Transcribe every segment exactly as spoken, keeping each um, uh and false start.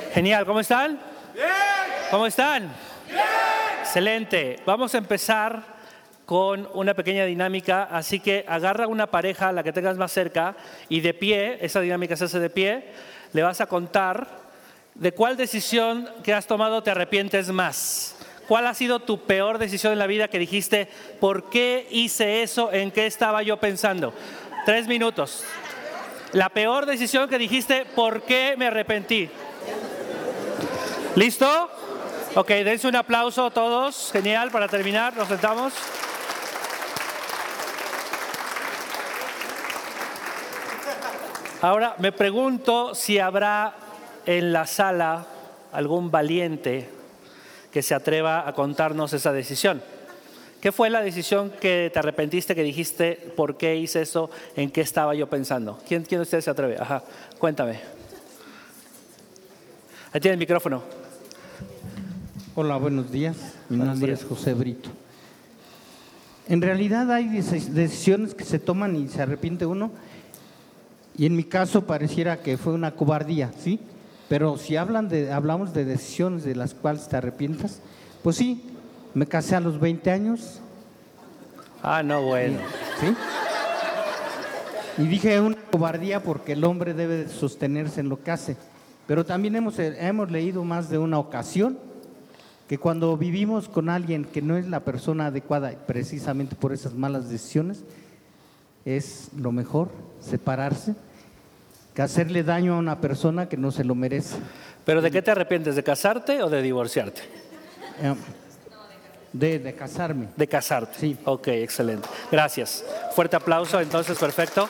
Genial, ¿cómo están? ¡Bien! ¿Cómo están? ¡Bien! Excelente. Vamos a empezar con una pequeña dinámica, así que agarra una pareja, la que tengas más cerca, y de pie, esa dinámica se hace de pie, le vas a contar de cuál decisión que has tomado te arrepientes más. ¿Cuál ha sido tu peor decisión en la vida que dijiste, ¿por qué hice eso? ¿En qué estaba yo pensando? Tres minutos. La peor decisión que dijiste, ¿por qué me arrepentí? ¿Listo? Ok, dense un aplauso a todos. Genial, para terminar, nos sentamos. Ahora me pregunto si habrá en la sala algún valiente que se atreva a contarnos esa decisión. ¿Qué fue la decisión que te arrepentiste, que dijiste, por qué hice eso, en qué estaba yo pensando? ¿Quién, quién de ustedes se atreve? Ajá, cuéntame. Ahí tiene el micrófono. Hola, buenos días. Mi Buenos nombre días. es José Brito. En realidad hay decisiones que se toman y se arrepiente uno, y en mi caso pareciera que fue una cobardía, ¿sí? Pero si hablan de, hablamos de decisiones de las cuales te arrepientas, pues sí, me casé a los veinte años. Ah, no, bueno. ¿Sí? Y dije una cobardía porque el hombre debe de sostenerse en lo que hace. Pero también hemos, hemos leído más de una ocasión que cuando vivimos con alguien que no es la persona adecuada, precisamente por esas malas decisiones, es lo mejor separarse que hacerle daño a una persona que no se lo merece. ¿Pero de qué te arrepientes? ¿De casarte o de divorciarte? Eh, de, de casarme. De casarte. Sí. Ok, excelente. Gracias. Fuerte aplauso, entonces, perfecto.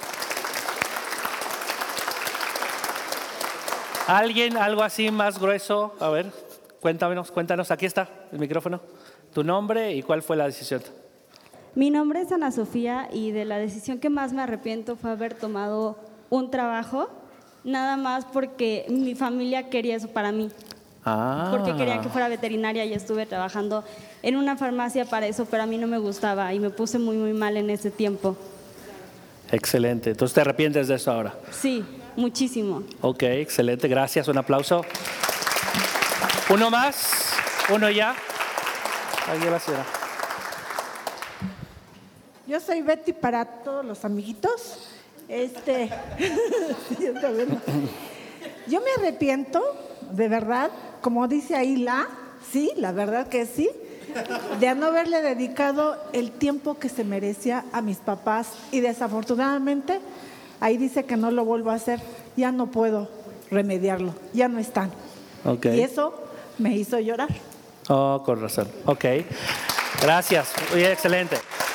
¿Alguien, algo así más grueso? A ver, cuéntanos, cuéntanos. Aquí está el micrófono. Tu nombre y cuál fue la decisión. Mi nombre es Ana Sofía y de la decisión que más me arrepiento fue haber tomado un trabajo, nada más porque mi familia quería eso para mí. Ah. Porque querían que fuera veterinaria y estuve trabajando en una farmacia para eso, pero a mí no me gustaba y me puse muy, muy mal en ese tiempo. Excelente. Entonces, ¿te arrepientes de eso ahora? Sí, muchísimo. Ok, excelente. Gracias. Un aplauso. ¿Uno más? ¿Uno ya? Ahí la señora. Yo soy Betty para todos los amiguitos. Este, yo me arrepiento, de verdad, como dice ahí la, sí, la verdad que sí, de no haberle dedicado el tiempo que se merecía a mis papás y desafortunadamente ahí dice que no lo vuelvo a hacer, ya no puedo remediarlo, ya no están. Okay. Y eso me hizo llorar. Oh, con razón. Ok. Gracias. Muy excelente.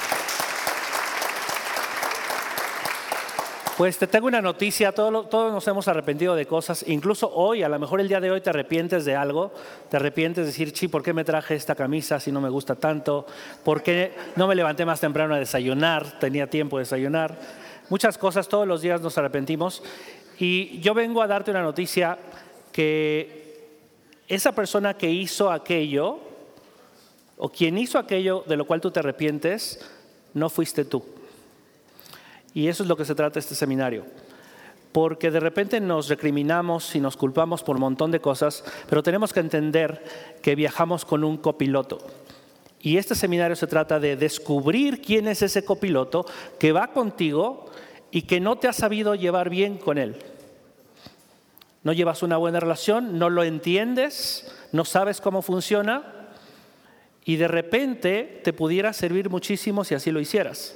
Pues te tengo una noticia, todos, todos nos hemos arrepentido de cosas, incluso hoy, a lo mejor el día de hoy te arrepientes de algo, te arrepientes de decir, sí, ¿por qué me traje esta camisa si no me gusta tanto? ¿Por qué no me levanté más temprano a desayunar? Tenía tiempo de desayunar. Muchas cosas, todos los días nos arrepentimos y yo vengo a darte una noticia que esa persona que hizo aquello o quien hizo aquello de lo cual tú te arrepientes, no fuiste tú. Y eso es lo que se trata este seminario. Porque de repente nos recriminamos y nos culpamos por un montón de cosas, pero tenemos que entender que viajamos con un copiloto. Y este seminario se trata de descubrir quién es ese copiloto que va contigo y que no te ha sabido llevar bien con él. No llevas una buena relación, no lo entiendes, no sabes cómo funciona y de repente te pudiera servir muchísimo si así lo hicieras.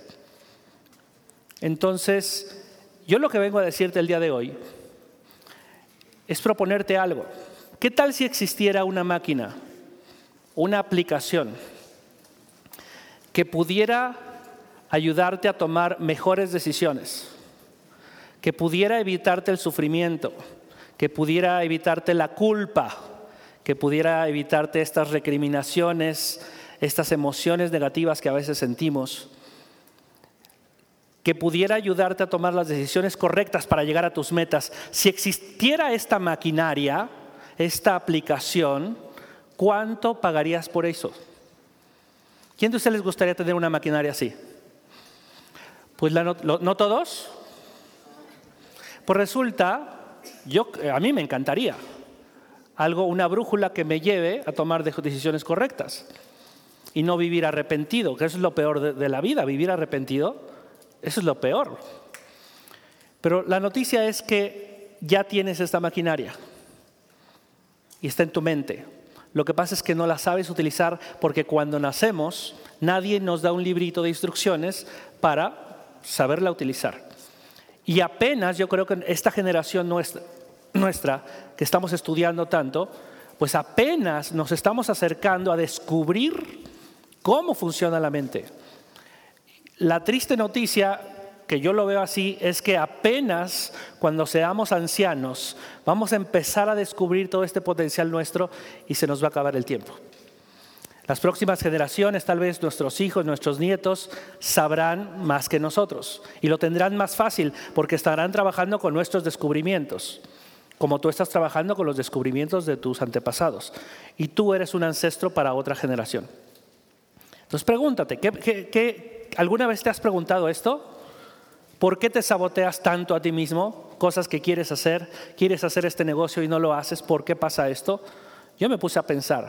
Entonces, yo lo que vengo a decirte el día de hoy es proponerte algo. ¿Qué tal si existiera una máquina, una aplicación que pudiera ayudarte a tomar mejores decisiones, que pudiera evitarte el sufrimiento, que pudiera evitarte la culpa, que pudiera evitarte estas recriminaciones, estas emociones negativas que a veces sentimos, que pudiera ayudarte a tomar las decisiones correctas para llegar a tus metas? Si existiera esta maquinaria, esta aplicación, ¿cuánto pagarías por eso? ¿Quién de ustedes les gustaría tener una maquinaria así? Pues la no, lo, ¿no todos? Pues resulta, yo, a mí me encantaría. algo, una brújula que me lleve a tomar decisiones correctas y no vivir arrepentido, que eso es lo peor de, de la vida, vivir arrepentido, eso es lo peor. Pero la noticia es que ya tienes esta maquinaria y está en tu mente. Lo que pasa es que no la sabes utilizar porque cuando nacemos nadie nos da un librito de instrucciones para saberla utilizar. Y apenas yo creo que esta generación nuestra, nuestra que estamos estudiando tanto, pues apenas nos estamos acercando a descubrir cómo funciona la mente. La triste noticia, que yo lo veo así, es que apenas cuando seamos ancianos vamos a empezar a descubrir todo este potencial nuestro y se nos va a acabar el tiempo. Las próximas generaciones, tal vez nuestros hijos, nuestros nietos, sabrán más que nosotros y lo tendrán más fácil porque estarán trabajando con nuestros descubrimientos, como tú estás trabajando con los descubrimientos de tus antepasados. Y tú eres un ancestro para otra generación. Entonces pregúntate, ¿qué, qué, qué, ¿alguna vez te has preguntado esto? ¿Por qué te saboteas tanto a ti mismo? Cosas que quieres hacer, quieres hacer este negocio y no lo haces. ¿Por qué pasa esto? Yo me puse a pensar.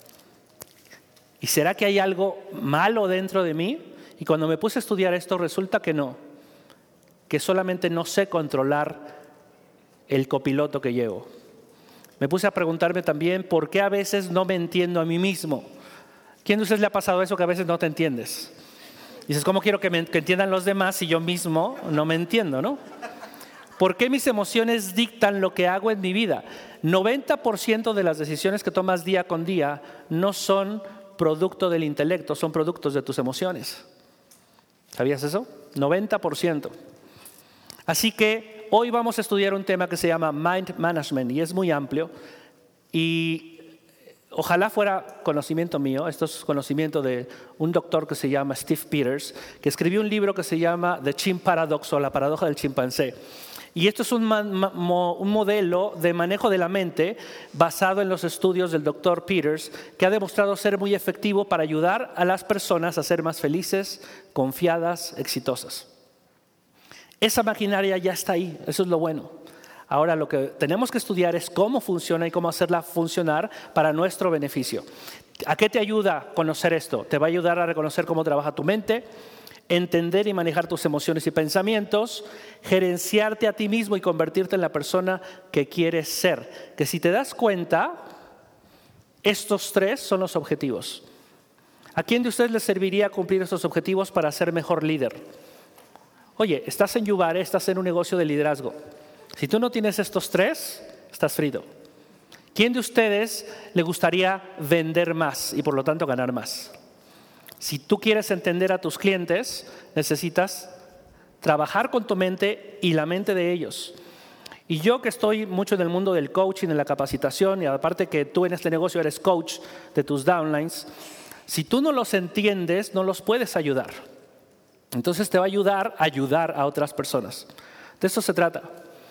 ¿Y será que hay algo malo dentro de mí? Y cuando me puse a estudiar esto, resulta que no. Que solamente no sé controlar el copiloto que llevo. Me puse a preguntarme también por qué a veces no me entiendo a mí mismo. ¿Quién de ustedes le ha pasado eso que a veces no te entiendes? Dices, ¿cómo quiero que me que entiendan los demás si yo mismo no me entiendo, no? ¿Por qué mis emociones dictan lo que hago en mi vida? noventa por ciento de las decisiones que tomas día con día no son producto del intelecto, son productos de tus emociones. ¿Sabías eso? noventa por ciento. Así que hoy vamos a estudiar un tema que se llama Mind Management y es muy amplio y ojalá fuera conocimiento mío. Esto es conocimiento de un doctor que se llama Steve Peters, que escribió un libro que se llama The Chimp Paradox o la paradoja del chimpancé. Y esto es un, un modelo de manejo de la mente basado en los estudios del doctor Peters, que ha demostrado ser muy efectivo para ayudar a las personas a ser más felices, confiadas, exitosas. Esa maquinaria ya está ahí, eso es lo bueno. Ahora lo que tenemos que estudiar es cómo funciona y cómo hacerla funcionar para nuestro beneficio. ¿A qué te ayuda conocer esto? Te va a ayudar a reconocer cómo trabaja tu mente, entender y manejar tus emociones y pensamientos, gerenciarte a ti mismo y convertirte en la persona que quieres ser. Que si te das cuenta, estos tres son los objetivos. ¿A quién de ustedes les serviría cumplir estos objetivos para ser mejor líder? Oye, estás en Yubare, estás en un negocio de liderazgo. Si tú no tienes estos tres, estás frito. ¿Quién de ustedes le gustaría vender más y por lo tanto ganar más? Si tú quieres entender a tus clientes, necesitas trabajar con tu mente y la mente de ellos. Y yo que estoy mucho en el mundo del coaching, en la capacitación, y aparte que tú en este negocio eres coach de tus downlines, si tú no los entiendes, no los puedes ayudar. Entonces te va a ayudar a ayudar a otras personas. De eso se trata.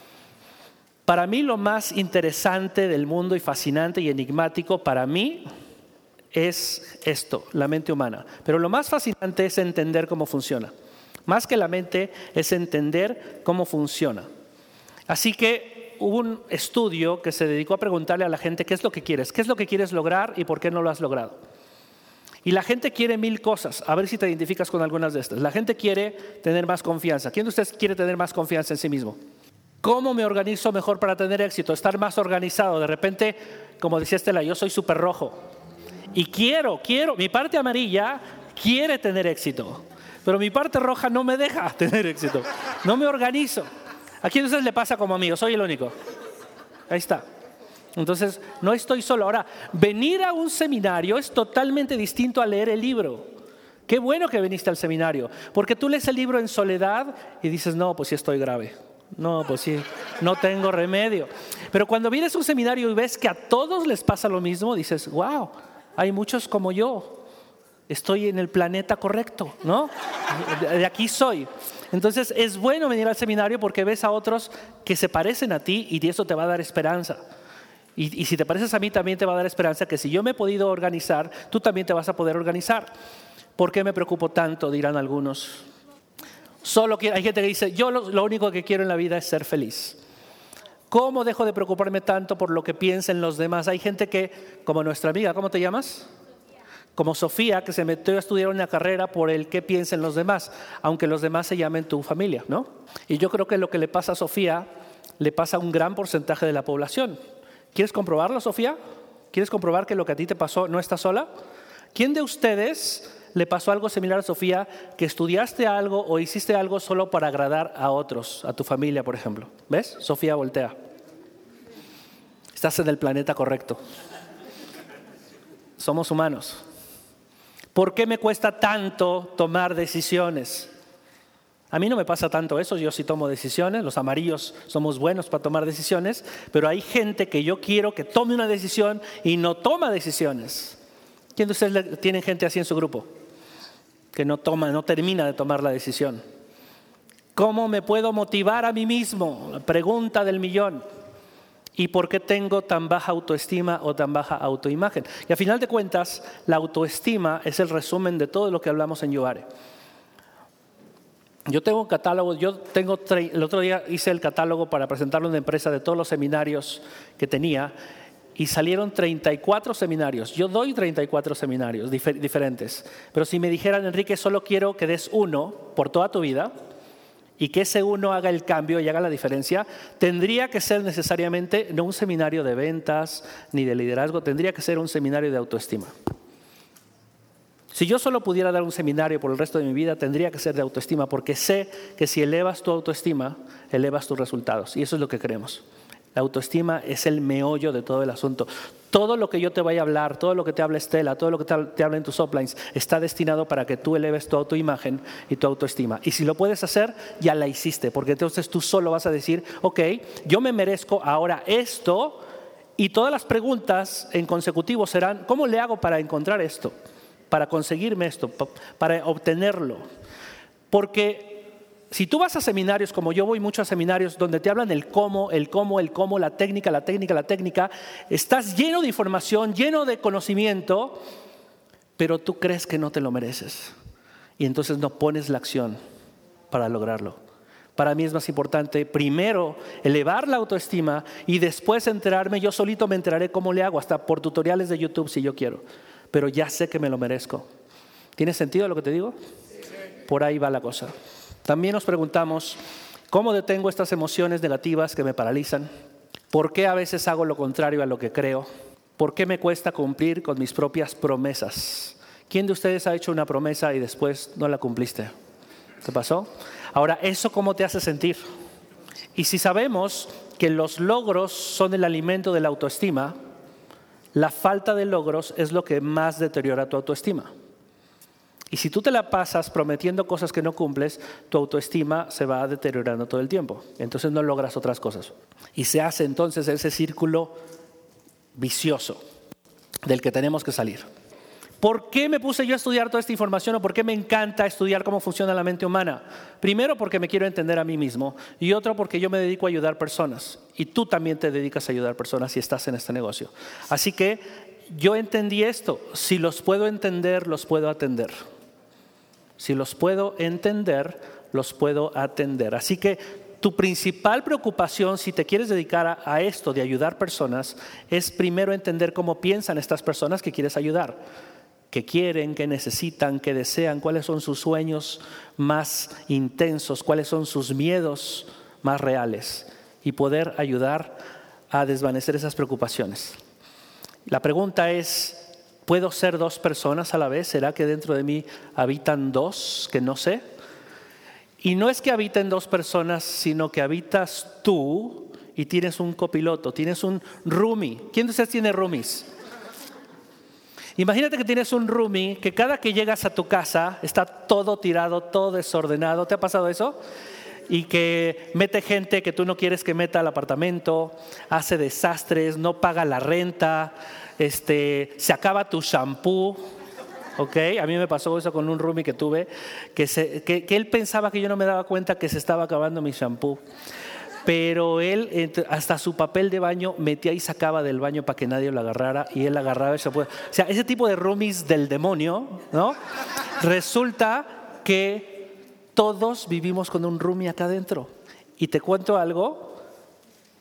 Para mí lo más interesante del mundo y fascinante y enigmático para mí es esto, la mente humana. Pero lo más fascinante es entender cómo funciona. Más que la mente es entender cómo funciona. Así que hubo un estudio que se dedicó a preguntarle a la gente qué es lo que quieres, qué es lo que quieres lograr y por qué no lo has logrado. Y la gente quiere mil cosas, a ver si te identificas con algunas de estas. La gente quiere tener más confianza. ¿Quién de ustedes quiere tener más confianza en sí mismo? ¿Cómo me organizo mejor para tener éxito? Estar más organizado. De repente, como decía Estela, yo soy súper rojo. Y quiero, quiero, mi parte amarilla quiere tener éxito. Pero mi parte roja no me deja tener éxito. No me organizo. ¿A quién de ustedes le pasa como a mí? Soy el único. Ahí está. Entonces, no estoy solo. Ahora, venir a un seminario es totalmente distinto a leer el libro. Qué bueno que viniste al seminario. Porque tú lees el libro en soledad y dices, no, pues sí estoy grave. No, pues sí, no tengo remedio. Pero cuando vienes a un seminario y ves que a todos les pasa lo mismo, dices, wow, hay muchos como yo. Estoy en el planeta correcto, ¿no? De aquí soy. Entonces es bueno venir al seminario porque ves a otros que se parecen a ti y eso te va a dar esperanza. Y, y si te pareces a mí también te va a dar esperanza que si yo me he podido organizar, tú también te vas a poder organizar. ¿Por qué me preocupo tanto? Dirán algunos. Solo quiero, hay gente que dice, yo lo, lo único que quiero en la vida es ser feliz. ¿Cómo dejo de preocuparme tanto por lo que piensen los demás? Hay gente que, como nuestra amiga, ¿cómo te llamas? Como Sofía, que se metió a estudiar una carrera por el qué piensen los demás, aunque los demás se llamen tu familia, ¿no? Y yo creo que lo que le pasa a Sofía, le pasa a un gran porcentaje de la población. ¿Quieres comprobarlo, Sofía? ¿Quieres comprobar que lo que a ti te pasó no está sola? ¿Quién de ustedes le pasó algo similar a Sofía, que estudiaste algo o hiciste algo solo para agradar a otros, a tu familia, por ejemplo? ¿Ves? Sofía voltea. Estás en el planeta correcto. Somos humanos. ¿Por qué me cuesta tanto tomar decisiones? A mí no me pasa tanto eso, yo sí tomo decisiones, los amarillos somos buenos para tomar decisiones, pero hay gente que yo quiero que tome una decisión y no toma decisiones. ¿Quién de ustedes tienen gente así en su grupo? Que no toma, no termina de tomar la decisión. ¿Cómo me puedo motivar a mí mismo? La pregunta del millón. ¿Y por qué tengo tan baja autoestima o tan baja autoimagen? Y a final de cuentas, la autoestima es el resumen de todo lo que hablamos en Yuvare. Yo tengo un catálogo, yo tengo, el otro día hice el catálogo para presentarlo en una empresa de todos los seminarios que tenía y salieron treinta y cuatro seminarios. Yo doy treinta y cuatro seminarios difer- diferentes, pero si me dijeran, Enrique, solo quiero que des uno por toda tu vida y que ese uno haga el cambio y haga la diferencia, tendría que ser necesariamente no un seminario de ventas ni de liderazgo, tendría que ser un seminario de autoestima. Si yo solo pudiera dar un seminario por el resto de mi vida, tendría que ser de autoestima, porque sé que si elevas tu autoestima, elevas tus resultados. Y eso es lo que queremos. La autoestima es el meollo de todo el asunto. Todo lo que yo te vaya a hablar, todo lo que te habla Estela, todo lo que te, te habla en tus uplines, está destinado para que tú eleves tu autoimagen y tu autoestima. Y si lo puedes hacer, ya la hiciste, porque entonces tú solo vas a decir, ok, yo me merezco ahora esto, y todas las preguntas en consecutivo serán, ¿cómo le hago para encontrar esto? Para conseguirme esto, para obtenerlo. Porque si tú vas a seminarios, como yo voy mucho a seminarios donde te hablan el cómo, el cómo, el cómo, la técnica, la técnica, la técnica, estás lleno de información, lleno de conocimiento, pero tú crees que no te lo mereces. Y entonces no pones la acción para lograrlo. Para mí es más importante primero elevar la autoestima y después enterarme, yo solito me enteraré cómo le hago, hasta por tutoriales de YouTube si yo quiero. Pero ya sé que me lo merezco. ¿Tiene sentido lo que te digo? Por ahí va la cosa. También nos preguntamos, ¿cómo detengo estas emociones negativas que me paralizan? ¿Por qué a veces hago lo contrario a lo que creo? ¿Por qué me cuesta cumplir con mis propias promesas? ¿Quién de ustedes ha hecho una promesa y después no la cumpliste? ¿Te pasó? Ahora, ¿eso cómo te hace sentir? Y si sabemos que los logros son el alimento de la autoestima, la falta de logros es lo que más deteriora tu autoestima. Y si tú te la pasas prometiendo cosas que no cumples, tu autoestima se va deteriorando todo el tiempo. Entonces no logras otras cosas. Y se hace entonces ese círculo vicioso del que tenemos que salir. ¿Por qué me puse yo a estudiar toda esta información o por qué me encanta estudiar cómo funciona la mente humana? Primero, porque me quiero entender a mí mismo, y otro, porque yo me dedico a ayudar personas. Y tú también te dedicas a ayudar personas si estás en este negocio. Así que yo entendí esto. Si los puedo entender, los puedo atender. Si los puedo entender, los puedo atender. Así que tu principal preocupación, si te quieres dedicar a, a esto de ayudar personas, es primero entender cómo piensan estas personas que quieres ayudar. ¿Qué quieren, qué necesitan, qué desean? ¿Cuáles son sus sueños más intensos? ¿Cuáles son sus miedos más reales? Y poder ayudar a desvanecer esas preocupaciones. La pregunta es, ¿puedo ser dos personas a la vez? ¿Será que dentro de mí habitan dos que no sé? Y no es que habiten dos personas, sino que habitas tú y tienes un copiloto, tienes un roomie. ¿Quién de ustedes tiene roomies? Imagínate que tienes un roomie que cada que llegas a tu casa está todo tirado, todo desordenado. ¿Te ha pasado eso? Y que mete gente que tú no quieres que meta al apartamento, hace desastres, no paga la renta, este, se acaba tu shampoo. Okay, a mí me pasó eso con un roomie que tuve, que, se, que, que él pensaba que yo no me daba cuenta que se estaba acabando mi shampoo. Pero él hasta su papel de baño metía y sacaba del baño para que nadie lo agarrara, y él agarraba el shampoo. O sea, ese tipo de roomies del demonio, ¿no? Resulta que todos vivimos con un roomie acá adentro. Y te cuento algo,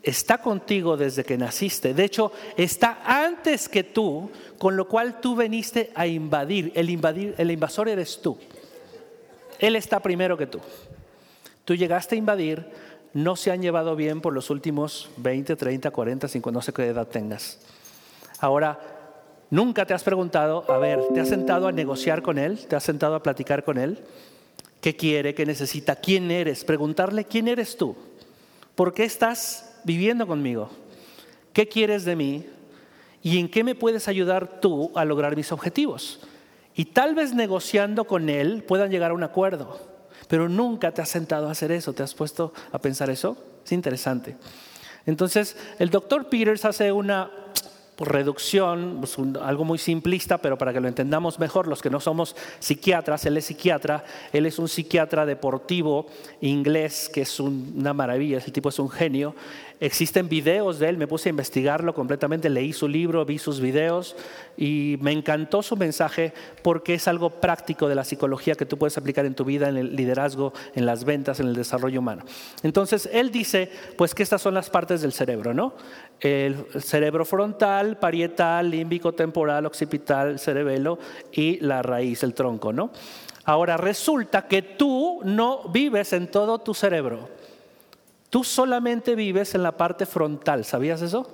está contigo desde que naciste. De hecho, está antes que tú, con lo cual tú veniste a invadir. El, invadir, el invasor eres tú. Él está primero que tú. Tú llegaste a invadir, no se han llevado bien por los últimos veinte, treinta, cuarenta, cincuenta, no sé qué edad tengas. Ahora, nunca te has preguntado, a ver, ¿te has sentado a negociar con él? ¿Te has sentado a platicar con él? ¿Qué quiere? ¿Qué necesita? ¿Quién eres? Preguntarle, ¿quién eres tú? ¿Por qué estás viviendo conmigo? ¿Qué quieres de mí? ¿Y en qué me puedes ayudar tú a lograr mis objetivos? Y tal vez negociando con él puedan llegar a un acuerdo, pero nunca te has sentado a hacer eso. ¿Te has puesto a pensar eso? Es interesante. Entonces, el doctor Peters hace una reducción, pues un, algo muy simplista, pero para que lo entendamos mejor, los que no somos psiquiatras, él es psiquiatra, él es un psiquiatra deportivo inglés, que es un, una maravilla, ese tipo es un genio. Existen videos de él, me puse a investigarlo completamente, leí su libro, vi sus videos y me encantó su mensaje porque es algo práctico de la psicología que tú puedes aplicar en tu vida, en el liderazgo, en las ventas, en el desarrollo humano. Entonces, él dice pues que estas son las partes del cerebro, ¿no? El cerebro frontal, parietal, límbico, temporal, occipital, cerebelo y la raíz, el tronco, ¿no? Ahora, resulta que tú no vives en todo tu cerebro. Tú solamente vives en la parte frontal, ¿sabías eso?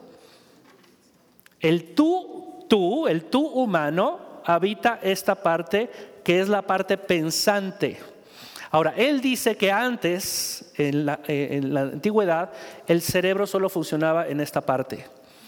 El tú, tú, el tú humano habita esta parte que es la parte pensante. Ahora, él dice que antes, en la, en la antigüedad, el cerebro solo funcionaba en esta parte.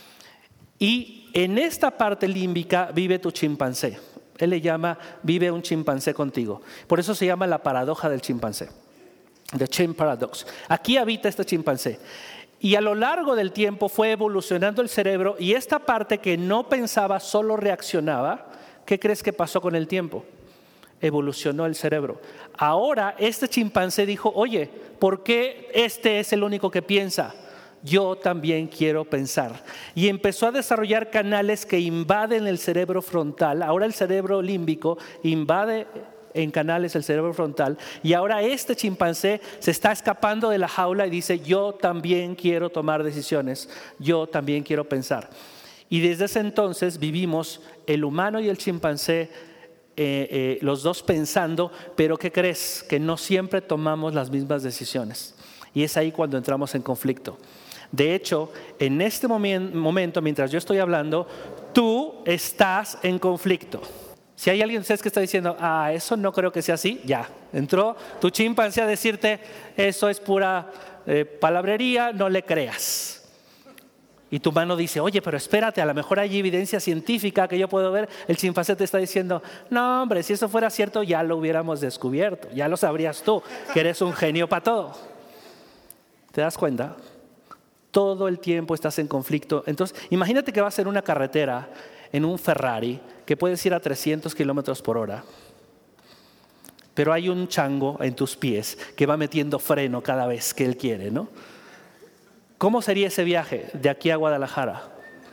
Y en esta parte límbica vive tu chimpancé. Él le llama, vive un chimpancé contigo. Por eso se llama la paradoja del chimpancé. The Chimp Paradox. Aquí habita este chimpancé. Y a lo largo del tiempo fue evolucionando el cerebro y esta parte que no pensaba, solo reaccionaba. ¿Qué crees que pasó con el tiempo? Evolucionó el cerebro. Ahora este chimpancé dijo, oye, ¿por qué este es el único que piensa? Yo también quiero pensar. Y empezó a desarrollar canales que invaden el cerebro frontal. Ahora el cerebro límbico invade en canales el cerebro frontal y ahora este chimpancé se está escapando de la jaula y dice, yo también quiero tomar decisiones, yo también quiero pensar. Y desde ese entonces vivimos el humano y el chimpancé, eh, eh, los dos pensando, pero ¿qué crees? Que no siempre tomamos las mismas decisiones y es ahí cuando entramos en conflicto. De hecho, en este momento, mientras yo estoy hablando, tú estás en conflicto. Si hay alguien de ustedes que está diciendo, ah, eso no creo que sea así, ya, entró tu chimpancé a decirte, eso es pura eh, palabrería, no le creas. Y tu mano dice, oye, pero espérate, a lo mejor hay evidencia científica que yo puedo ver. El chimpancé te está diciendo, no, hombre, si eso fuera cierto, ya lo hubiéramos descubierto, ya lo sabrías tú, que eres un genio para todo. ¿Te das cuenta? Todo el tiempo estás en conflicto. Entonces, imagínate que vas en una carretera, en un Ferrari, que puedes ir a trescientos kilómetros por hora, pero hay un chango en tus pies que va metiendo freno cada vez que él quiere, ¿no? ¿Cómo sería ese viaje de aquí a Guadalajara?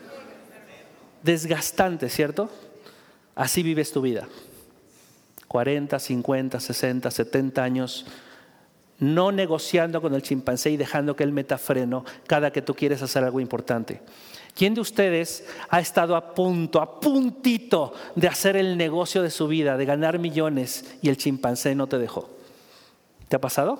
Desgastante, ¿cierto? Así vives tu vida. cuarenta, cincuenta, sesenta, setenta años, no negociando con el chimpancé y dejando que él meta freno cada que tú quieres hacer algo importante. ¿Quién de ustedes ha estado a punto, a puntito de hacer el negocio de su vida, de ganar millones y el chimpancé no te dejó? ¿Te ha pasado?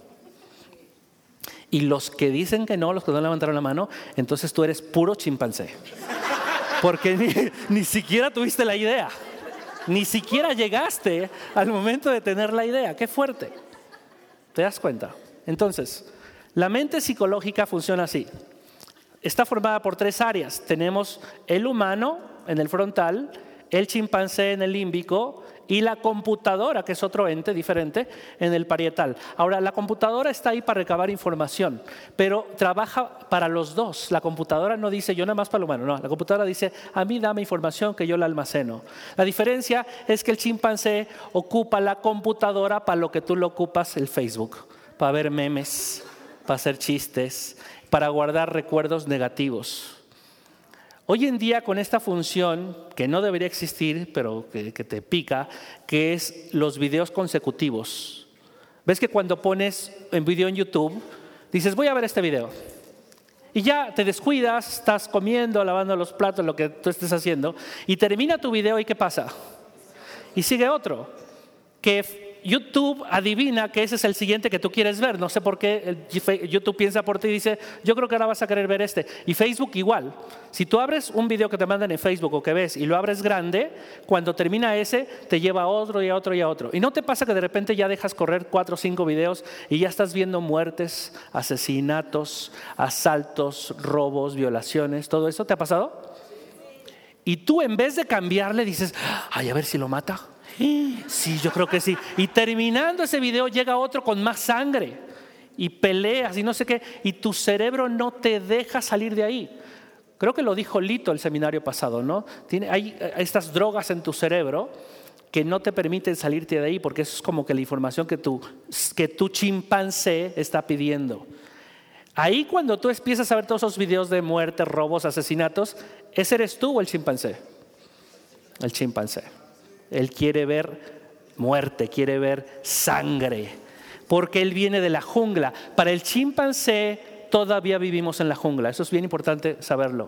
Y los que dicen que no, los que no levantaron la mano, entonces tú eres puro chimpancé. Porque ni, ni siquiera tuviste la idea. Ni siquiera llegaste al momento de tener la idea. ¡Qué fuerte! ¿Te das cuenta? Entonces, la mente psicológica funciona así. Está formada por tres áreas. Tenemos el humano en el frontal, el chimpancé en el límbico y la computadora, que es otro ente diferente, en el parietal. Ahora, la computadora está ahí para recabar información, pero trabaja para los dos. La computadora no dice yo nada más para el humano, no. La computadora dice a mí dame información que yo la almaceno. La diferencia es que el chimpancé ocupa la computadora para lo que tú lo ocupas el Facebook, para ver memes, para hacer chistes, para guardar recuerdos negativos. Hoy en día con esta función que no debería existir, pero que, que te pica, que es los videos consecutivos. ¿Ves que cuando pones un video en YouTube, dices voy a ver este video? Y ya te descuidas, estás comiendo, lavando los platos, lo que tú estés haciendo, y termina tu video y ¿qué pasa? Y sigue otro, que YouTube adivina que ese es el siguiente que tú quieres ver. No sé por qué YouTube piensa por ti y dice, yo creo que ahora vas a querer ver este. Y Facebook igual. Si tú abres un video que te mandan en Facebook o que ves y lo abres grande, cuando termina ese, te lleva a otro y a otro y a otro. ¿Y no te pasa que de repente ya dejas correr cuatro o cinco videos y ya estás viendo muertes, asesinatos, asaltos, robos, violaciones, todo eso? ¿Te ha pasado? Y tú en vez de cambiarle dices, ay, a ver si lo mata. Sí, yo creo que sí. Y terminando ese video llega otro con más sangre y peleas y no sé qué, y tu cerebro no te deja salir de ahí. Creo que lo dijo Lito el seminario pasado, ¿no? Tiene, hay estas drogas en tu cerebro que no te permiten salirte de ahí, porque eso es como que la información que tu, que tu chimpancé está pidiendo. Ahí cuando tú empiezas a ver todos esos videos de muerte, robos, asesinatos, ¿ese eres tú o el chimpancé? El chimpancé. Él quiere ver muerte, quiere ver sangre, porque él viene de la jungla. Para el chimpancé todavía vivimos en la jungla, eso es bien importante saberlo.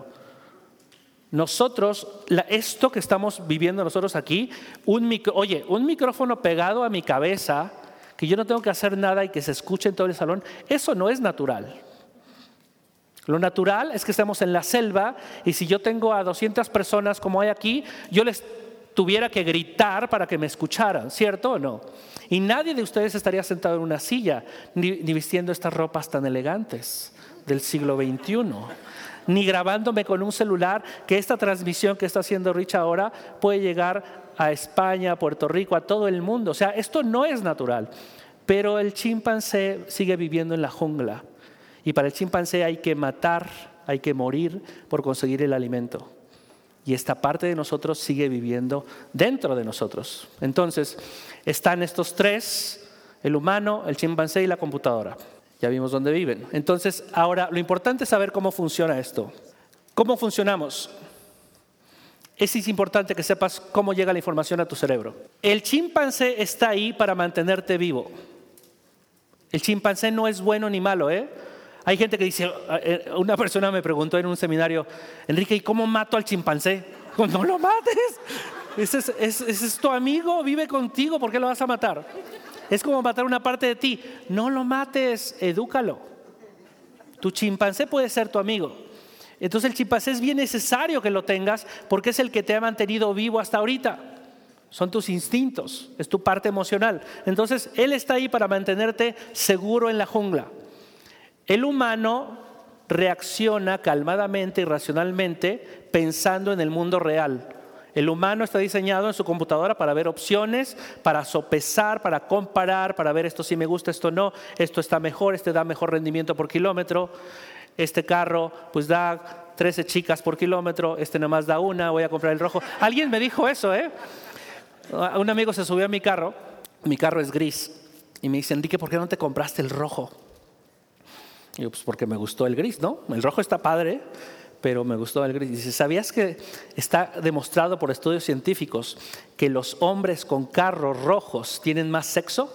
Nosotros, esto que estamos viviendo nosotros aquí, un micro, oye, un micrófono pegado a mi cabeza, que yo no tengo que hacer nada y que se escuche en todo el salón, eso no es natural. Lo natural es que estemos en la selva y si yo tengo a doscientas personas como hay aquí, yo les tuviera que gritar para que me escucharan, ¿cierto o no? Y nadie de ustedes estaría sentado en una silla, ni, ni vistiendo estas ropas tan elegantes del siglo veintiuno, ni grabándome con un celular, que esta transmisión que está haciendo Rich ahora puede llegar a España, a Puerto Rico, a todo el mundo. O sea, esto no es natural, pero el chimpancé sigue viviendo en la jungla. Y para el chimpancé hay que matar, hay que morir por conseguir el alimento. Y esta parte de nosotros sigue viviendo dentro de nosotros. Entonces, están estos tres, el humano, el chimpancé y la computadora. Ya vimos dónde viven. Entonces, ahora lo importante es saber cómo funciona esto. ¿Cómo funcionamos? Es importante que sepas cómo llega la información a tu cerebro. El chimpancé está ahí para mantenerte vivo. El chimpancé no es bueno ni malo, ¿eh? Hay gente que dice, una persona me preguntó en un seminario, Enrique, ¿y cómo mato al chimpancé? No lo mates, ese es, ese es tu amigo, vive contigo, ¿por qué lo vas a matar? Es como matar una parte de ti, no lo mates, edúcalo. Tu chimpancé puede ser tu amigo. Entonces el chimpancé es bien necesario que lo tengas porque es el que te ha mantenido vivo hasta ahorita. Son tus instintos, es tu parte emocional. Entonces él está ahí para mantenerte seguro en la jungla. El humano reacciona calmadamente y racionalmente pensando en el mundo real. El humano está diseñado en su computadora para ver opciones, para sopesar, para comparar, para ver esto sí me gusta, esto no, esto está mejor, este da mejor rendimiento por kilómetro, este carro pues da trece chicas por kilómetro, este nomás da una, voy a comprar el rojo. Alguien me dijo eso, ¿eh? Un amigo se subió a mi carro, mi carro es gris, y me dice, Enrique, ¿por qué no te compraste el rojo? Y yo, pues porque me gustó el gris, ¿no? El rojo está padre, pero me gustó el gris. Dice, ¿sabías que está demostrado por estudios científicos que los hombres con carros rojos tienen más sexo?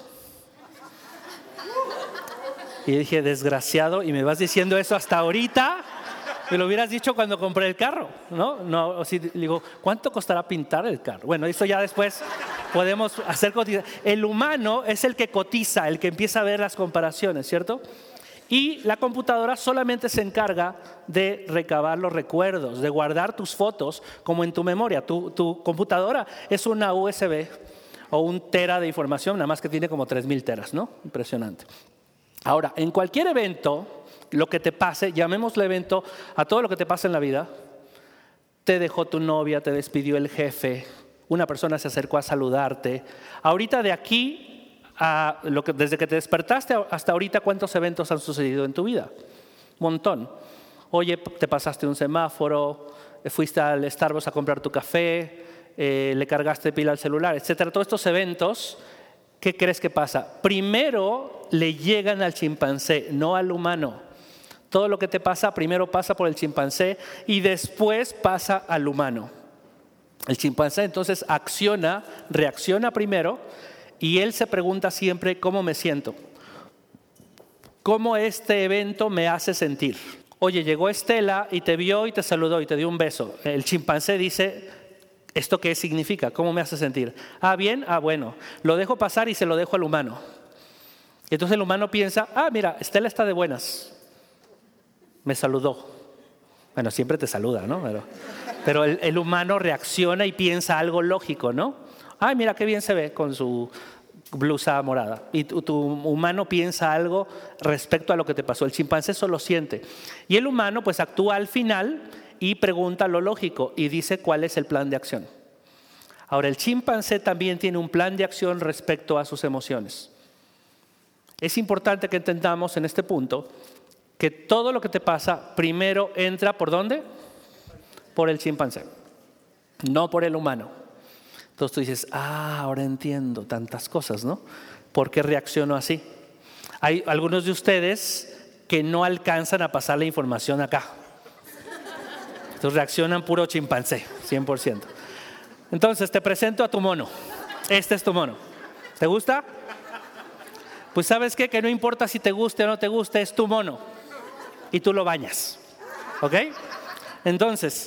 Y dije, desgraciado, y me vas diciendo eso hasta ahorita. Me lo hubieras dicho cuando compré el carro, ¿no? No, así, digo, ¿cuánto costará pintar el carro? Bueno, eso ya después podemos hacer cotizar. El humano es el que cotiza, el que empieza a ver las comparaciones, ¿cierto? Y la computadora solamente se encarga de recabar los recuerdos, de guardar tus fotos como en tu memoria. Tu, tu computadora es una U S B o un tera de información, nada más que tiene como tres mil teras, ¿no? Impresionante. Ahora, en cualquier evento, lo que te pase, llamémosle evento a todo lo que te pasa en la vida, te dejó tu novia, te despidió el jefe, una persona se acercó a saludarte. Ahorita de aquí... A lo que, desde que te despertaste hasta ahorita, ¿cuántos eventos han sucedido en tu vida? Un montón. Oye, te pasaste un semáforo, fuiste al Starbucks a comprar tu café, eh, le cargaste pila al celular, etcétera. Todos estos eventos, ¿qué crees que pasa? Primero le llegan al chimpancé, no al humano. Todo lo que te pasa primero pasa por el chimpancé y después pasa al humano. El chimpancé entonces acciona, reacciona primero. Y él se pregunta siempre, ¿cómo me siento? ¿Cómo este evento me hace sentir? oye, llegó Estela y te vio y te saludó y te dio un beso. El chimpancé dice, ¿esto qué significa? ¿Cómo me hace sentir? Ah, bien, ah, bueno. Lo dejo pasar y se lo dejo al humano. Y entonces el humano piensa, ah, mira, Estela está de buenas. Me saludó. Bueno, siempre te saluda, ¿no? Pero, pero el, el humano reacciona y piensa algo lógico, ¿no? Ay, mira qué bien se ve con su blusa morada. Y tu, tu humano piensa algo respecto a lo que te pasó. El chimpancé solo siente. Y el humano pues actúa al final y pregunta lo lógico y dice cuál es el plan de acción. Ahora, el chimpancé también tiene un plan de acción respecto a sus emociones. Es importante que entendamos en este punto que todo lo que te pasa primero entra ¿por dónde? Por el chimpancé, no por el humano. Entonces tú dices, ah, ahora entiendo tantas cosas, ¿no? ¿Por qué reacciono así? Hay algunos de ustedes que no alcanzan a pasar la información acá. Entonces reaccionan puro chimpancé, cien por ciento. Entonces te presento a tu mono. Este es tu mono. ¿Te gusta? Pues ¿sabes qué? Que no importa si te guste o no te guste, es tu mono. Y tú lo bañas. ¿Ok? Entonces,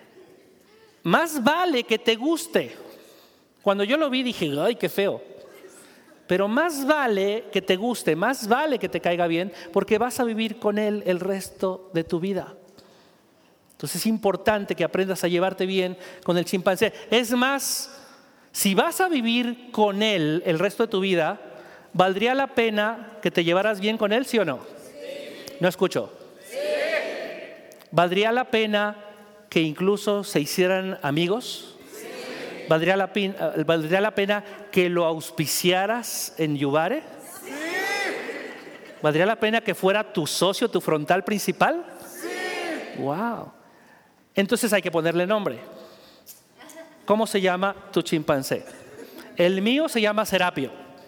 más vale que te guste. Cuando yo lo vi dije, ay, qué feo. Pero más vale que te guste, más vale que te caiga bien, porque vas a vivir con él el resto de tu vida. Entonces es importante que aprendas a llevarte bien con el chimpancé. Es más, si vas a vivir con él el resto de tu vida, ¿valdría la pena que te llevaras bien con él, sí o no? Sí. No escucho. Sí. ¿Valdría la pena que incluso se hicieran amigos? ¿Valdría la, pena, ¿Valdría la pena que lo auspiciaras en Yubare? Sí. ¿Valdría la pena que fuera tu socio, tu frontal principal? Sí. Wow. Entonces hay que ponerle nombre. ¿Cómo se llama tu chimpancé? El mío se llama Serapio.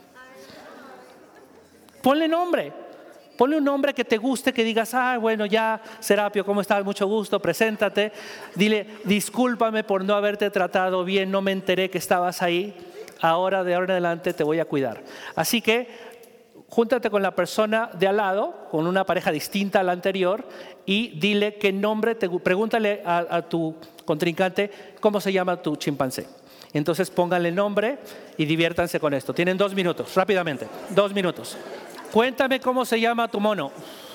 Ponle nombre. Ponle un nombre que te guste, que digas, ah, bueno, ya, Serapio, ¿cómo estás? Mucho gusto, preséntate. Dile, discúlpame por no haberte tratado bien, no me enteré que estabas ahí. Ahora, de ahora en adelante, te voy a cuidar. Así que, júntate con la persona de al lado, con una pareja distinta a la anterior, y dile qué nombre, te, pregúntale a, a tu contrincante cómo se llama tu chimpancé. Entonces, pónganle nombre y diviértanse con esto. Tienen dos minutos, rápidamente, dos minutos. Cuéntame cómo se llama tu mono.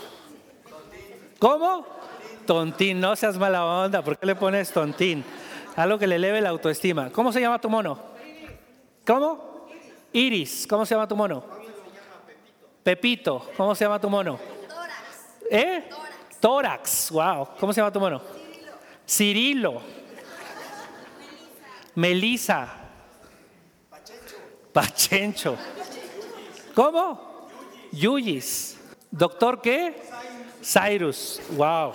¿Cómo? Tontín, no seas mala onda. ¿Por qué le pones tontín? Algo que le eleve la autoestima. ¿Cómo se llama tu mono? ¿Cómo? Iris. ¿Cómo se llama tu mono? Pepito. ¿Cómo se llama tu mono? Tórax. ¿Eh? Tórax. Tórax. Wow. ¿Cómo se llama tu mono? Cirilo. Cirilo. Melisa. Pachencho. Pachencho. ¿Cómo? Yuyis. ¿Doctor qué? Cyrus. Wow.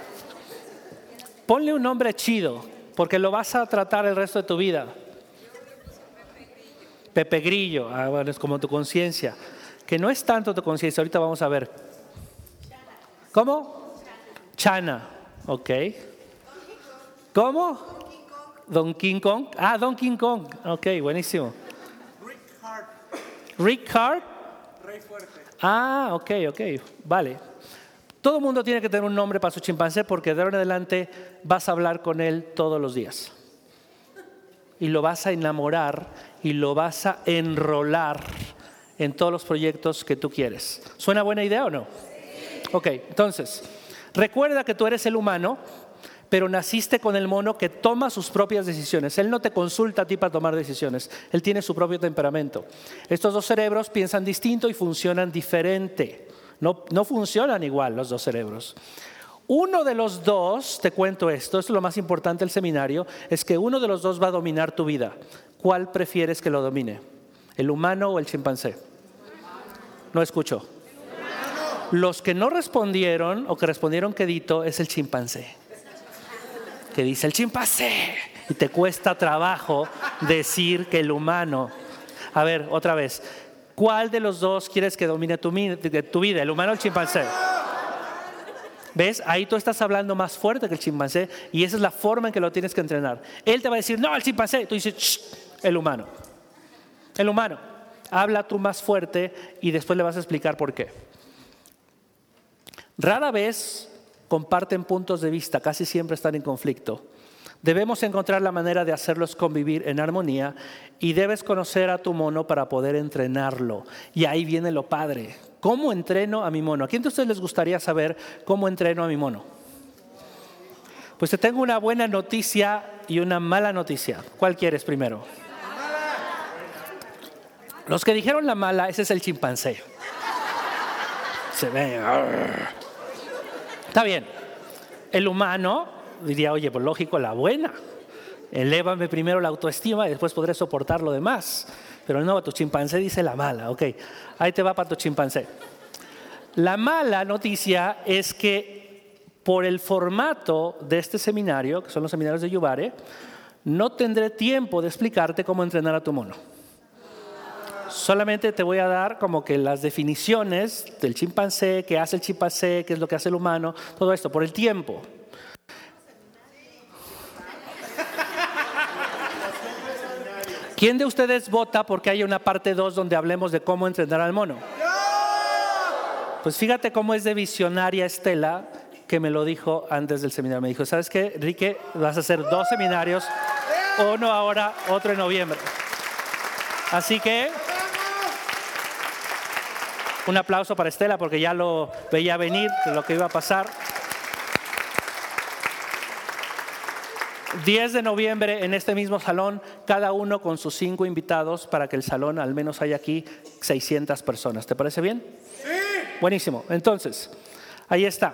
Ponle un nombre chido, porque lo vas a tratar el resto de tu vida. Pepe Grillo. Ah, bueno, es como tu conciencia. Que no es tanto tu conciencia, ahorita vamos a ver. ¿Cómo? Chana. Ok. ¿Cómo? Don King Kong. Ah, Don King Kong. Ok, buenísimo. Rick Hart. Rick Hart. Rey Fuerte. Ah, ok, ok, vale. Todo el mundo tiene que tener un nombre para su chimpancé porque de ahora en adelante vas a hablar con él todos los días. Y lo vas a enamorar y lo vas a enrolar en todos los proyectos que tú quieres. ¿Suena buena idea o no? Ok, entonces, recuerda que tú eres el humano, pero naciste con el mono que toma sus propias decisiones. Él no te consulta a ti para tomar decisiones. Él tiene su propio temperamento. Estos dos cerebros piensan distinto y funcionan diferente. No, no funcionan igual los dos cerebros. Uno de los dos, te cuento esto, esto es lo más importante del seminario, es que uno de los dos va a dominar tu vida. ¿Cuál prefieres que lo domine? ¿El humano o el chimpancé? No escucho. Los que no respondieron o que respondieron quedito es el chimpancé. Que dice el chimpancé y te cuesta trabajo decir que el humano. A ver, otra vez, ¿cuál de los dos quieres que domine tu, tu vida, el humano o el chimpancé? ¿Ves? Ahí tú estás hablando más fuerte que el chimpancé y esa es la forma en que lo tienes que entrenar. Él te va a decir, no, el chimpancé. Tú dices, shh, el humano. El humano. Habla tú más fuerte y después le vas a explicar por qué. Rara vez comparten puntos de vista, casi siempre están en conflicto. Debemos encontrar la manera de hacerlos convivir en armonía y debes conocer a tu mono para poder entrenarlo. Y ahí viene lo padre. ¿Cómo entreno a mi mono? ¿A quién de ustedes les gustaría saber cómo entreno a mi mono? Pues te tengo una buena noticia y una mala noticia. ¿Cuál quieres primero? Los que dijeron la mala, ese es el chimpancé. Se ve. Está bien. El humano diría, oye, pues lógico, la buena. Elévame primero la autoestima y después podré soportar lo demás. Pero no, tu chimpancé dice la mala. Ok, ahí te va para tu chimpancé. La mala noticia es que por el formato de este seminario, que son los seminarios de Yubare, no tendré tiempo de explicarte cómo entrenar a tu mono. Solamente te voy a dar como que las definiciones del chimpancé, qué hace el chimpancé, qué es lo que hace el humano, todo esto, por el tiempo. ¿Quién de ustedes vota porque haya una parte dos donde hablemos de cómo entrenar al mono? Pues fíjate cómo es de visionaria Estela, que me lo dijo antes del seminario. Me dijo, ¿sabes qué, Enrique? Vas a hacer dos seminarios, uno ahora, otro en noviembre. Así que un aplauso para Estela porque ya lo veía venir de lo que iba a pasar. diez de noviembre en este mismo salón, cada uno con sus cinco invitados para que el salón al menos haya aquí seiscientas personas. ¿Te parece bien? Sí. Buenísimo. Entonces, ahí está.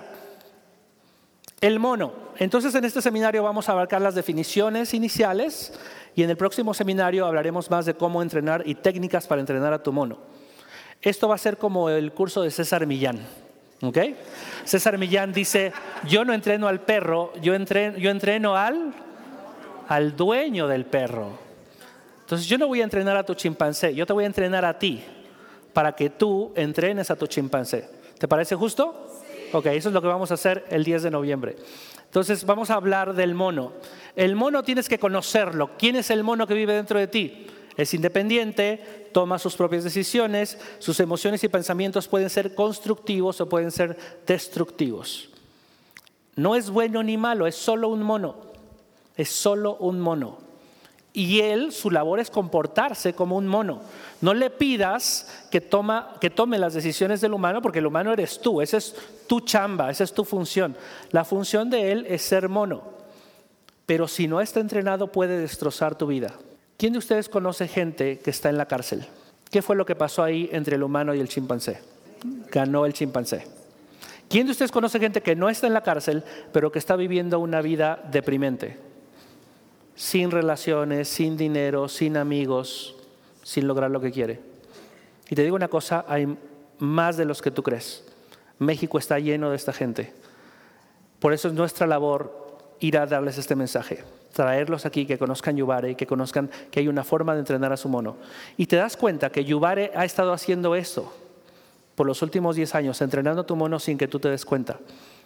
El mono. Entonces en este seminario vamos a abarcar las definiciones iniciales y en el próximo seminario hablaremos más de cómo entrenar y técnicas para entrenar a tu mono. Esto va a ser como el curso de César Millán. ¿Okay? César Millán dice, yo no entreno al perro, yo entreno, yo entreno al, al dueño del perro. Entonces yo no voy a entrenar a tu chimpancé, yo te voy a entrenar a ti para que tú entrenes a tu chimpancé. ¿Te parece justo? Sí. Ok, eso es lo que vamos a hacer el diez de noviembre. Entonces vamos a hablar del mono. El mono tienes que conocerlo. ¿Quién es el mono que vive dentro de ti? Es independiente, toma sus propias decisiones, sus emociones y pensamientos pueden ser constructivos o pueden ser destructivos. No es bueno ni malo, es solo un mono, es solo un mono. Y él, su labor es comportarse como un mono. No le pidas que, toma, que tome las decisiones del humano porque el humano eres tú, esa es tu chamba, esa es tu función. La función de él es ser mono, pero si no está entrenado puede destrozar tu vida. ¿Quién de ustedes conoce gente que está en la cárcel? ¿Qué fue lo que pasó ahí entre el humano y el chimpancé? Ganó el chimpancé. ¿Quién de ustedes conoce gente que no está en la cárcel, pero que está viviendo una vida deprimente? Sin relaciones, sin dinero, sin amigos, sin lograr lo que quiere. Y te digo una cosa, hay más de los que tú crees. México está lleno de esta gente. Por eso es nuestra labor ir a darles este mensaje. Traerlos aquí, que conozcan Yubare y que conozcan que hay una forma de entrenar a su mono. Y te das cuenta que Yubare ha estado haciendo esto por los últimos diez años, entrenando a tu mono sin que tú te des cuenta.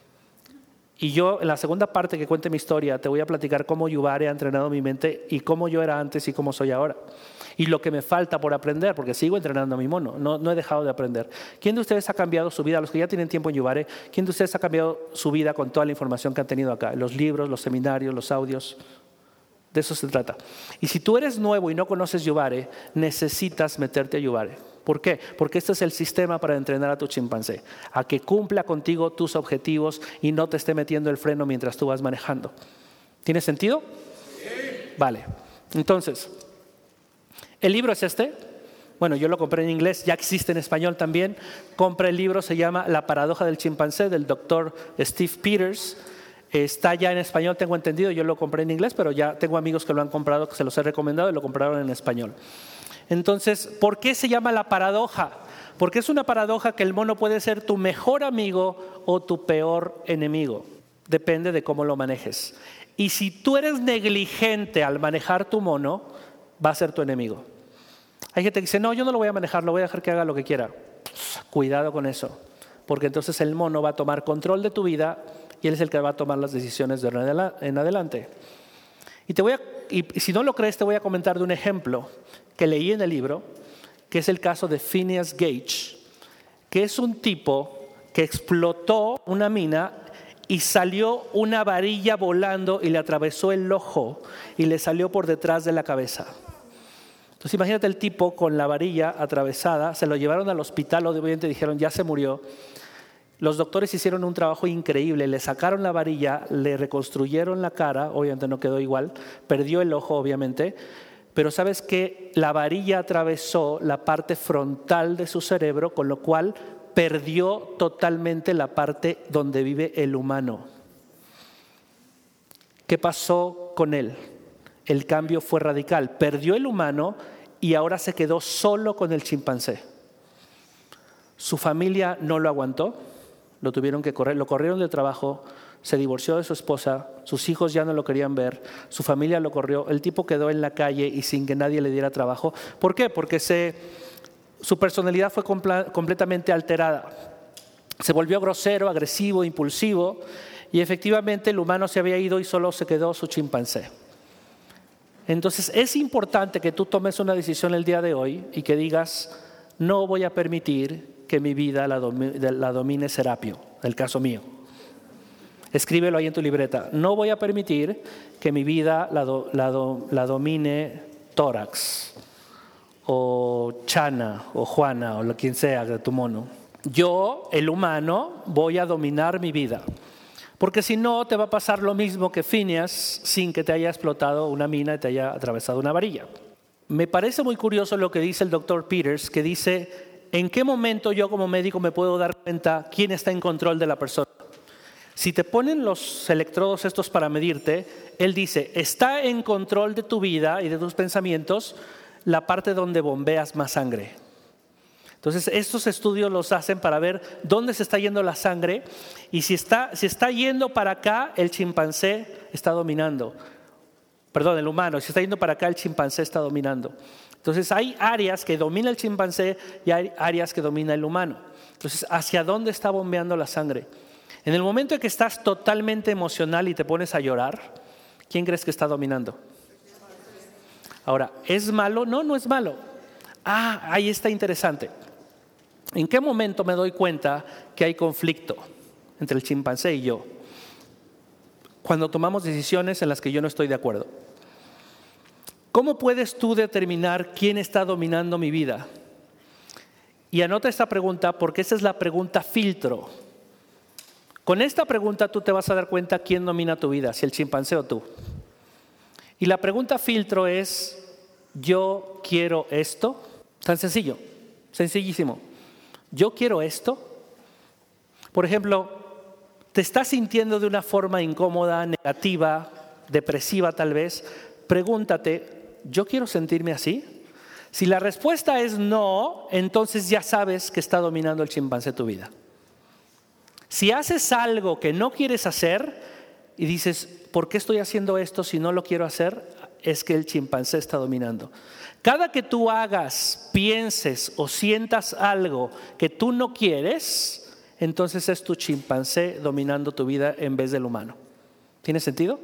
Y yo, en la segunda parte que cuente mi historia, te voy a platicar cómo Yubare ha entrenado mi mente y cómo yo era antes y cómo soy ahora. Y lo que me falta por aprender, porque sigo entrenando a mi mono, no, no he dejado de aprender. ¿Quién de ustedes ha cambiado su vida? Los que ya tienen tiempo en Yubare, ¿quién de ustedes ha cambiado su vida con toda la información que han tenido acá? Los libros, los seminarios, los audios. De eso se trata. Y si tú eres nuevo y no conoces Yubare, necesitas meterte a Yubare. ¿Por qué? Porque este es el sistema para entrenar a tu chimpancé, a que cumpla contigo tus objetivos y no te esté metiendo el freno mientras tú vas manejando. ¿Tiene sentido? Sí. Vale. Entonces, el libro es este. Bueno, yo lo compré en inglés, ya existe en español también. Compré el libro, se llama La paradoja del chimpancé, del doctor Steve Peters. Está ya en español, tengo entendido, yo lo compré en inglés, pero ya tengo amigos que lo han comprado, que se los he recomendado y lo compraron en español. Entonces, ¿por qué se llama la paradoja? Porque es una paradoja que el mono puede ser tu mejor amigo o tu peor enemigo. Depende de cómo lo manejes. Y si tú eres negligente al manejar tu mono, va a ser tu enemigo. Hay gente que dice, no, yo no lo voy a manejar, lo voy a dejar que haga lo que quiera. Cuidado con eso, porque entonces el mono va a tomar control de tu vida y él es el que va a tomar las decisiones de en adelante. Y, te voy a, y si no lo crees, te voy a comentar de un ejemplo que leí en el libro, que es el caso de Phineas Gage, que es un tipo que explotó una mina y salió una varilla volando y le atravesó el ojo y le salió por detrás de la cabeza. Entonces imagínate el tipo con la varilla atravesada, se lo llevaron al hospital, obviamente dijeron ya se murió. Los doctores hicieron un trabajo increíble, le sacaron la varilla, le reconstruyeron la cara, obviamente no quedó igual, perdió el ojo obviamente, pero sabes que la varilla atravesó la parte frontal de su cerebro, con lo cual perdió totalmente la parte donde vive el humano. ¿Qué pasó con él? El cambio fue radical, perdió el humano y ahora se quedó solo con el chimpancé. Su familia no lo aguantó. Lo tuvieron que correr, lo corrieron del trabajo, se divorció de su esposa, sus hijos ya no lo querían ver, su familia lo corrió, el tipo quedó en la calle y sin que nadie le diera trabajo. ¿Por qué? Porque se, su personalidad fue compla, completamente alterada. Se volvió grosero, agresivo, impulsivo y efectivamente el humano se había ido y solo se quedó su chimpancé. Entonces es importante que tú tomes una decisión el día de hoy y que digas, no voy a permitir que mi vida la domine, la domine Serapio, el caso mío. Escríbelo ahí en tu libreta. No voy a permitir que mi vida la, do, la, do, la domine Tórax, o Chana, o Juana, o lo quien sea de tu mono. Yo, el humano, voy a dominar mi vida. Porque si no, te va a pasar lo mismo que Phineas sin que te haya explotado una mina y te haya atravesado una varilla. Me parece muy curioso lo que dice el doctor Peters, que dice, ¿en qué momento yo como médico me puedo dar cuenta quién está en control de la persona? Si te ponen los electrodos estos para medirte, él dice, está en control de tu vida y de tus pensamientos la parte donde bombeas más sangre. Entonces, estos estudios los hacen para ver dónde se está yendo la sangre y si está, si está yendo para acá, el chimpancé está dominando. Perdón, el humano, si está yendo para acá, el chimpancé está dominando. Entonces hay áreas que domina el chimpancé y hay áreas que domina el humano. Entonces, ¿hacia dónde está bombeando la sangre? En el momento en que estás totalmente emocional y te pones a llorar, ¿quién crees que está dominando? Ahora, ¿es malo? No, no es malo. Ah, ahí está interesante. ¿En qué momento me doy cuenta que hay conflicto entre el chimpancé y yo? Cuando tomamos decisiones en las que yo no estoy de acuerdo. ¿Cómo puedes tú determinar quién está dominando mi vida? Y anota esta pregunta porque esta es la pregunta filtro. Con esta pregunta tú te vas a dar cuenta quién domina tu vida, si el chimpancé o tú. Y la pregunta filtro es, ¿yo quiero esto? Tan sencillo, sencillísimo. ¿Yo quiero esto? Por ejemplo, ¿te estás sintiendo de una forma incómoda, negativa, depresiva tal vez? Pregúntate, ¿yo quiero sentirme así? Si la respuesta es no, entonces ya sabes que está dominando el chimpancé tu vida. Si haces algo que no quieres hacer y dices, ¿por qué estoy haciendo esto si no lo quiero hacer? Es que el chimpancé está dominando. Cada que tú hagas, pienses o sientas algo que tú no quieres, entonces es tu chimpancé dominando tu vida en vez del humano. ¿Tiene sentido?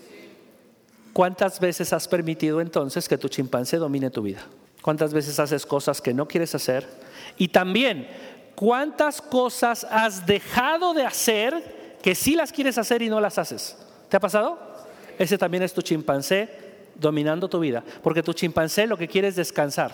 ¿Cuántas veces has permitido entonces que tu chimpancé domine tu vida? ¿Cuántas veces haces cosas que no quieres hacer? Y también, ¿cuántas cosas has dejado de hacer que sí las quieres hacer y no las haces? ¿Te ha pasado? Ese también es tu chimpancé dominando tu vida. Porque tu chimpancé lo que quiere es descansar,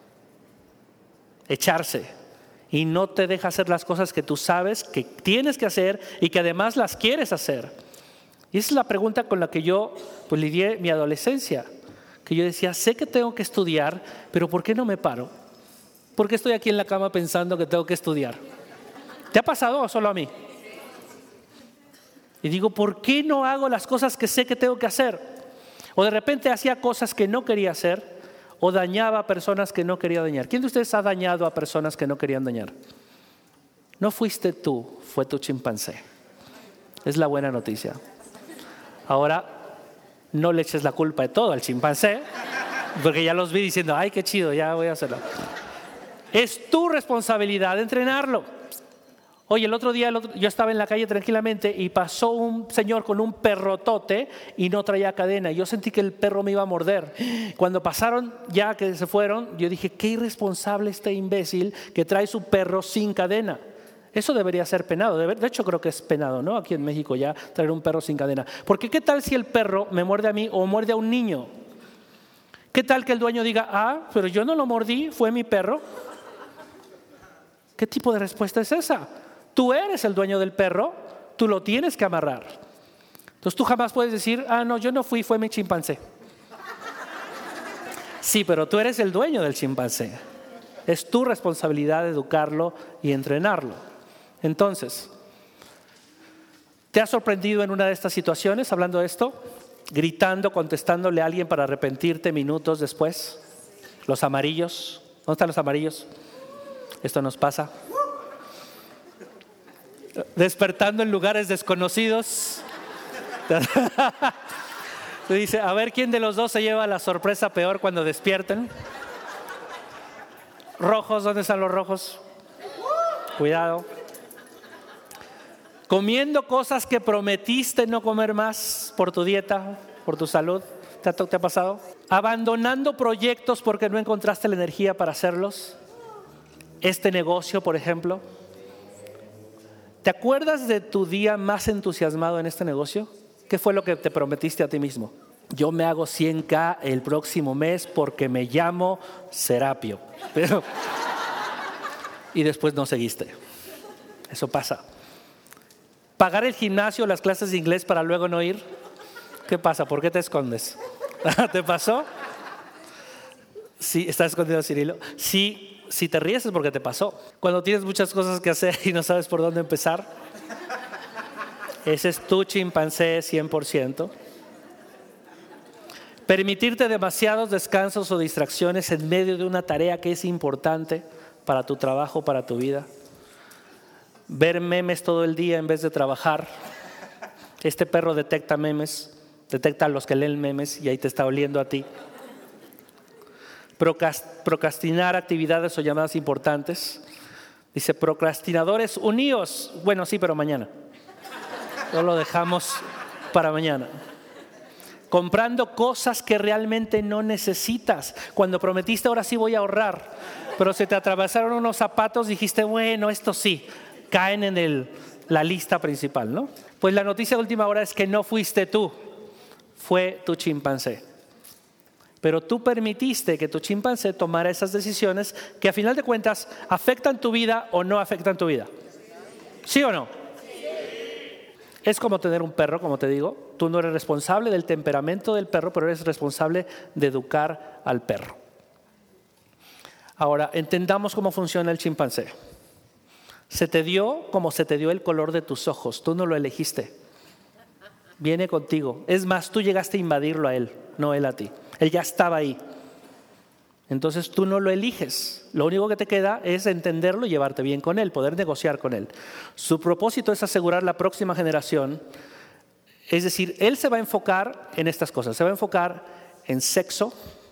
echarse. Y no te deja hacer las cosas que tú sabes que tienes que hacer y que además las quieres hacer. Y esa es la pregunta con la que yo pues, lidié mi adolescencia. Que yo decía, sé que tengo que estudiar, pero ¿por qué no me paro? ¿Por qué estoy aquí en la cama pensando que tengo que estudiar? ¿Te ha pasado o solo a mí? Y digo, ¿por qué no hago las cosas que sé que tengo que hacer? O de repente hacía cosas que no quería hacer o dañaba a personas que no quería dañar. ¿Quién de ustedes ha dañado a personas que no querían dañar? No fuiste tú, fue tu chimpancé. Es la buena noticia. Ahora, no le eches la culpa de todo al chimpancé, porque ya los vi diciendo, ay, qué chido, ya voy a hacerlo. Es tu responsabilidad entrenarlo. Oye, el otro día el otro, yo estaba en la calle tranquilamente y pasó un señor con un perrotote y no traía cadena. Yo sentí que el perro me iba a morder. Cuando pasaron, ya que se fueron, yo dije, qué irresponsable este imbécil que trae su perro sin cadena. Eso debería ser penado. De hecho, creo que es penado, ¿no? Aquí en México ya traer un perro sin cadena. Porque ¿qué tal si el perro me muerde a mí o muerde a un niño? ¿Qué tal que el dueño diga, ah, pero yo no lo mordí, fue mi perro? ¿Qué tipo de respuesta es esa? Tú eres el dueño del perro, tú lo tienes que amarrar. Entonces tú jamás puedes decir, ah, no, yo no fui, fue mi chimpancé. Sí, pero tú eres el dueño del chimpancé. Es tu responsabilidad educarlo y entrenarlo. Entonces, ¿te has sorprendido en una de estas situaciones hablando de esto? Gritando, contestándole a alguien para arrepentirte minutos después. Los amarillos. ¿Dónde están los amarillos? Esto nos pasa. Despertando en lugares desconocidos. Dice, a ver quién de los dos se lleva la sorpresa peor cuando despierten. Rojos, ¿dónde están los rojos? Cuidado. Comiendo cosas que prometiste no comer más por tu dieta, por tu salud. ¿Te ha, te ha pasado? Abandonando proyectos porque no encontraste la energía para hacerlos. Este negocio, por ejemplo. ¿Te acuerdas de tu día más entusiasmado en este negocio? ¿Qué fue lo que te prometiste a ti mismo? Yo me hago cien K el próximo mes porque me llamo Serapio. Pero, y después no seguiste. Eso pasa. Pagar el gimnasio, las clases de inglés para luego no ir. ¿Qué pasa? ¿Por qué te escondes? ¿Te pasó? Sí, ¿estás escondido, Cirilo? Sí, si te ríes es porque te pasó. Cuando tienes muchas cosas que hacer y no sabes por dónde empezar. Ese es tu chimpancé cien por ciento. Permitirte demasiados descansos o distracciones en medio de una tarea que es importante para tu trabajo, para tu vida. Ver memes todo el día en vez de trabajar. Este perro detecta memes, detecta a los que leen memes y ahí te está oliendo a ti. Procrastinar actividades o llamadas importantes. Dice, procrastinadores, uníos. Bueno, sí, pero mañana. No lo dejamos para mañana. Comprando cosas que realmente no necesitas. Cuando prometiste, ahora sí voy a ahorrar, pero se te atravesaron unos zapatos, dijiste, bueno, esto sí, caen en el, la lista principal, ¿no? Pues la noticia de última hora es que no fuiste tú, fue tu chimpancé. Pero tú permitiste que tu chimpancé tomara esas decisiones que a final de cuentas afectan tu vida o no afectan tu vida. ¿Sí o no? Es como tener un perro, como te digo. Tú no eres responsable del temperamento del perro, pero eres responsable de educar al perro. Ahora, entendamos cómo funciona el chimpancé. Se te dio como se te dio el color de tus ojos. Tú no lo elegiste. Viene contigo. Es más, tú llegaste a invadirlo a él, no él a ti. Él ya estaba ahí. Entonces tú no lo eliges. Lo único que te queda es entenderlo y llevarte bien con él, poder negociar con él. Su propósito es asegurar la próxima generación. Es decir, él se va a enfocar en estas cosas. Se va a enfocar en sexo,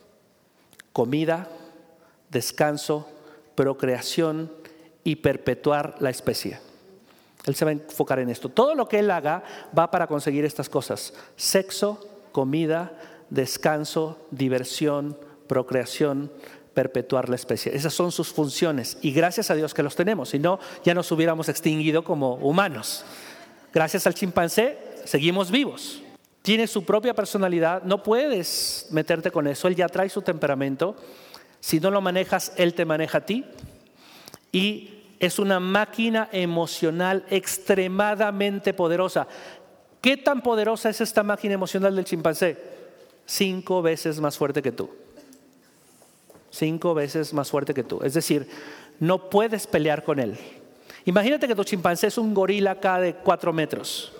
comida, descanso, procreación y perpetuar la especie. Él se va a enfocar en esto. Todo lo que él haga va para conseguir estas cosas. Sexo, comida, descanso, diversión, procreación, perpetuar la especie. Esas son sus funciones y gracias a Dios que los tenemos, si no ya nos hubiéramos extinguido como humanos. Gracias al chimpancé seguimos vivos. Tiene su propia personalidad, no puedes meterte con eso, él ya trae su temperamento. Si no lo manejas, él te maneja a ti y es una máquina emocional extremadamente poderosa. ¿Qué tan poderosa es esta máquina emocional del chimpancé? Cinco veces más fuerte que tú. Cinco veces más fuerte que tú. Es decir, no puedes pelear con él. Imagínate que tu chimpancé es un gorila acá de cuatro metros,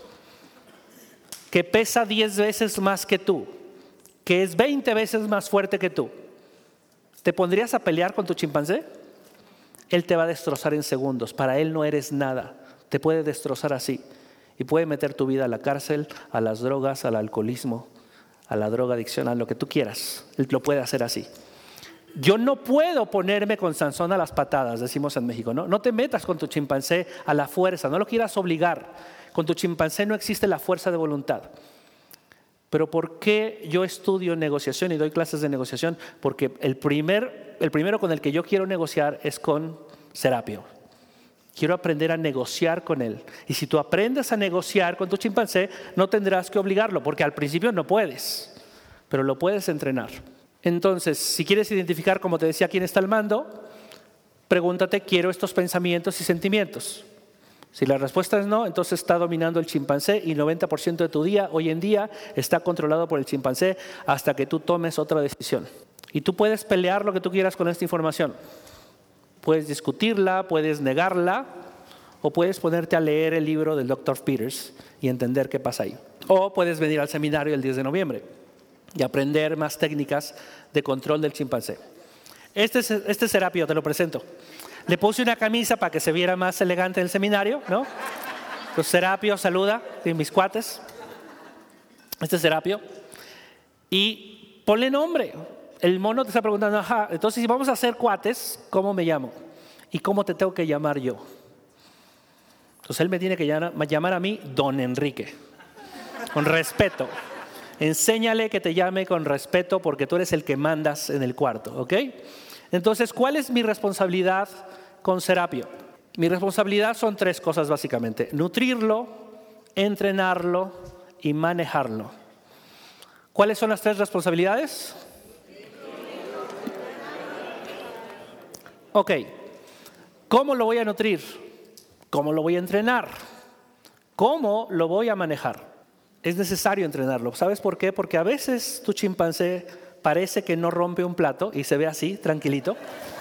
que pesa diez veces más que tú, que es veinte veces más fuerte que tú. ¿Te pondrías a pelear con tu chimpancé? Él te va a destrozar en segundos. Para él no eres nada. Te puede destrozar así. Y puede meter tu vida a la cárcel, a las drogas, al alcoholismo, a la drogadicción, a lo que tú quieras. Él lo puede hacer así. Yo no puedo ponerme con Sansón a las patadas, decimos en México, ¿no? No te metas con tu chimpancé a la fuerza, no lo quieras obligar. Con tu chimpancé no existe la fuerza de voluntad. Pero ¿por qué yo estudio negociación y doy clases de negociación? Porque el, primer, el primero con el que yo quiero negociar es con Serapio. Quiero aprender a negociar con él. Y si tú aprendes a negociar con tu chimpancé, no tendrás que obligarlo, porque al principio no puedes, pero lo puedes entrenar. Entonces, si quieres identificar, como te decía, quién está al mando, pregúntate, ¿quiero estos pensamientos y sentimientos? Si la respuesta es no, entonces está dominando el chimpancé y noventa por ciento de tu día hoy en día está controlado por el chimpancé hasta que tú tomes otra decisión. Y tú puedes pelear lo que tú quieras con esta información. Puedes discutirla, puedes negarla, o puedes ponerte a leer el libro del doctor Peters y entender qué pasa ahí. O puedes venir al seminario el diez de noviembre y aprender más técnicas de control del chimpancé. Este es, este es Serapio, te lo presento. Le puse una camisa para que se viera más elegante en el seminario, ¿no? Pues Serapio saluda, de mis cuates. Este es Serapio. Y ponle nombre. El mono te está preguntando, ajá, entonces si vamos a hacer cuates, ¿cómo me llamo? ¿Y cómo te tengo que llamar yo? Entonces él me tiene que llamar a mí Don Enrique, con respeto. Enséñale que te llame con respeto porque tú eres el que mandas en el cuarto, ¿ok? Entonces, ¿cuál es mi responsabilidad con Serapio? Mi responsabilidad son tres cosas básicamente: nutrirlo, entrenarlo y manejarlo. ¿Cuáles son las tres responsabilidades? Ok, ¿cómo lo voy a nutrir? ¿Cómo lo voy a entrenar? ¿Cómo lo voy a manejar? Es necesario entrenarlo. ¿Sabes por qué? Porque a veces tu chimpancé parece que no rompe un plato y se ve así, tranquilito.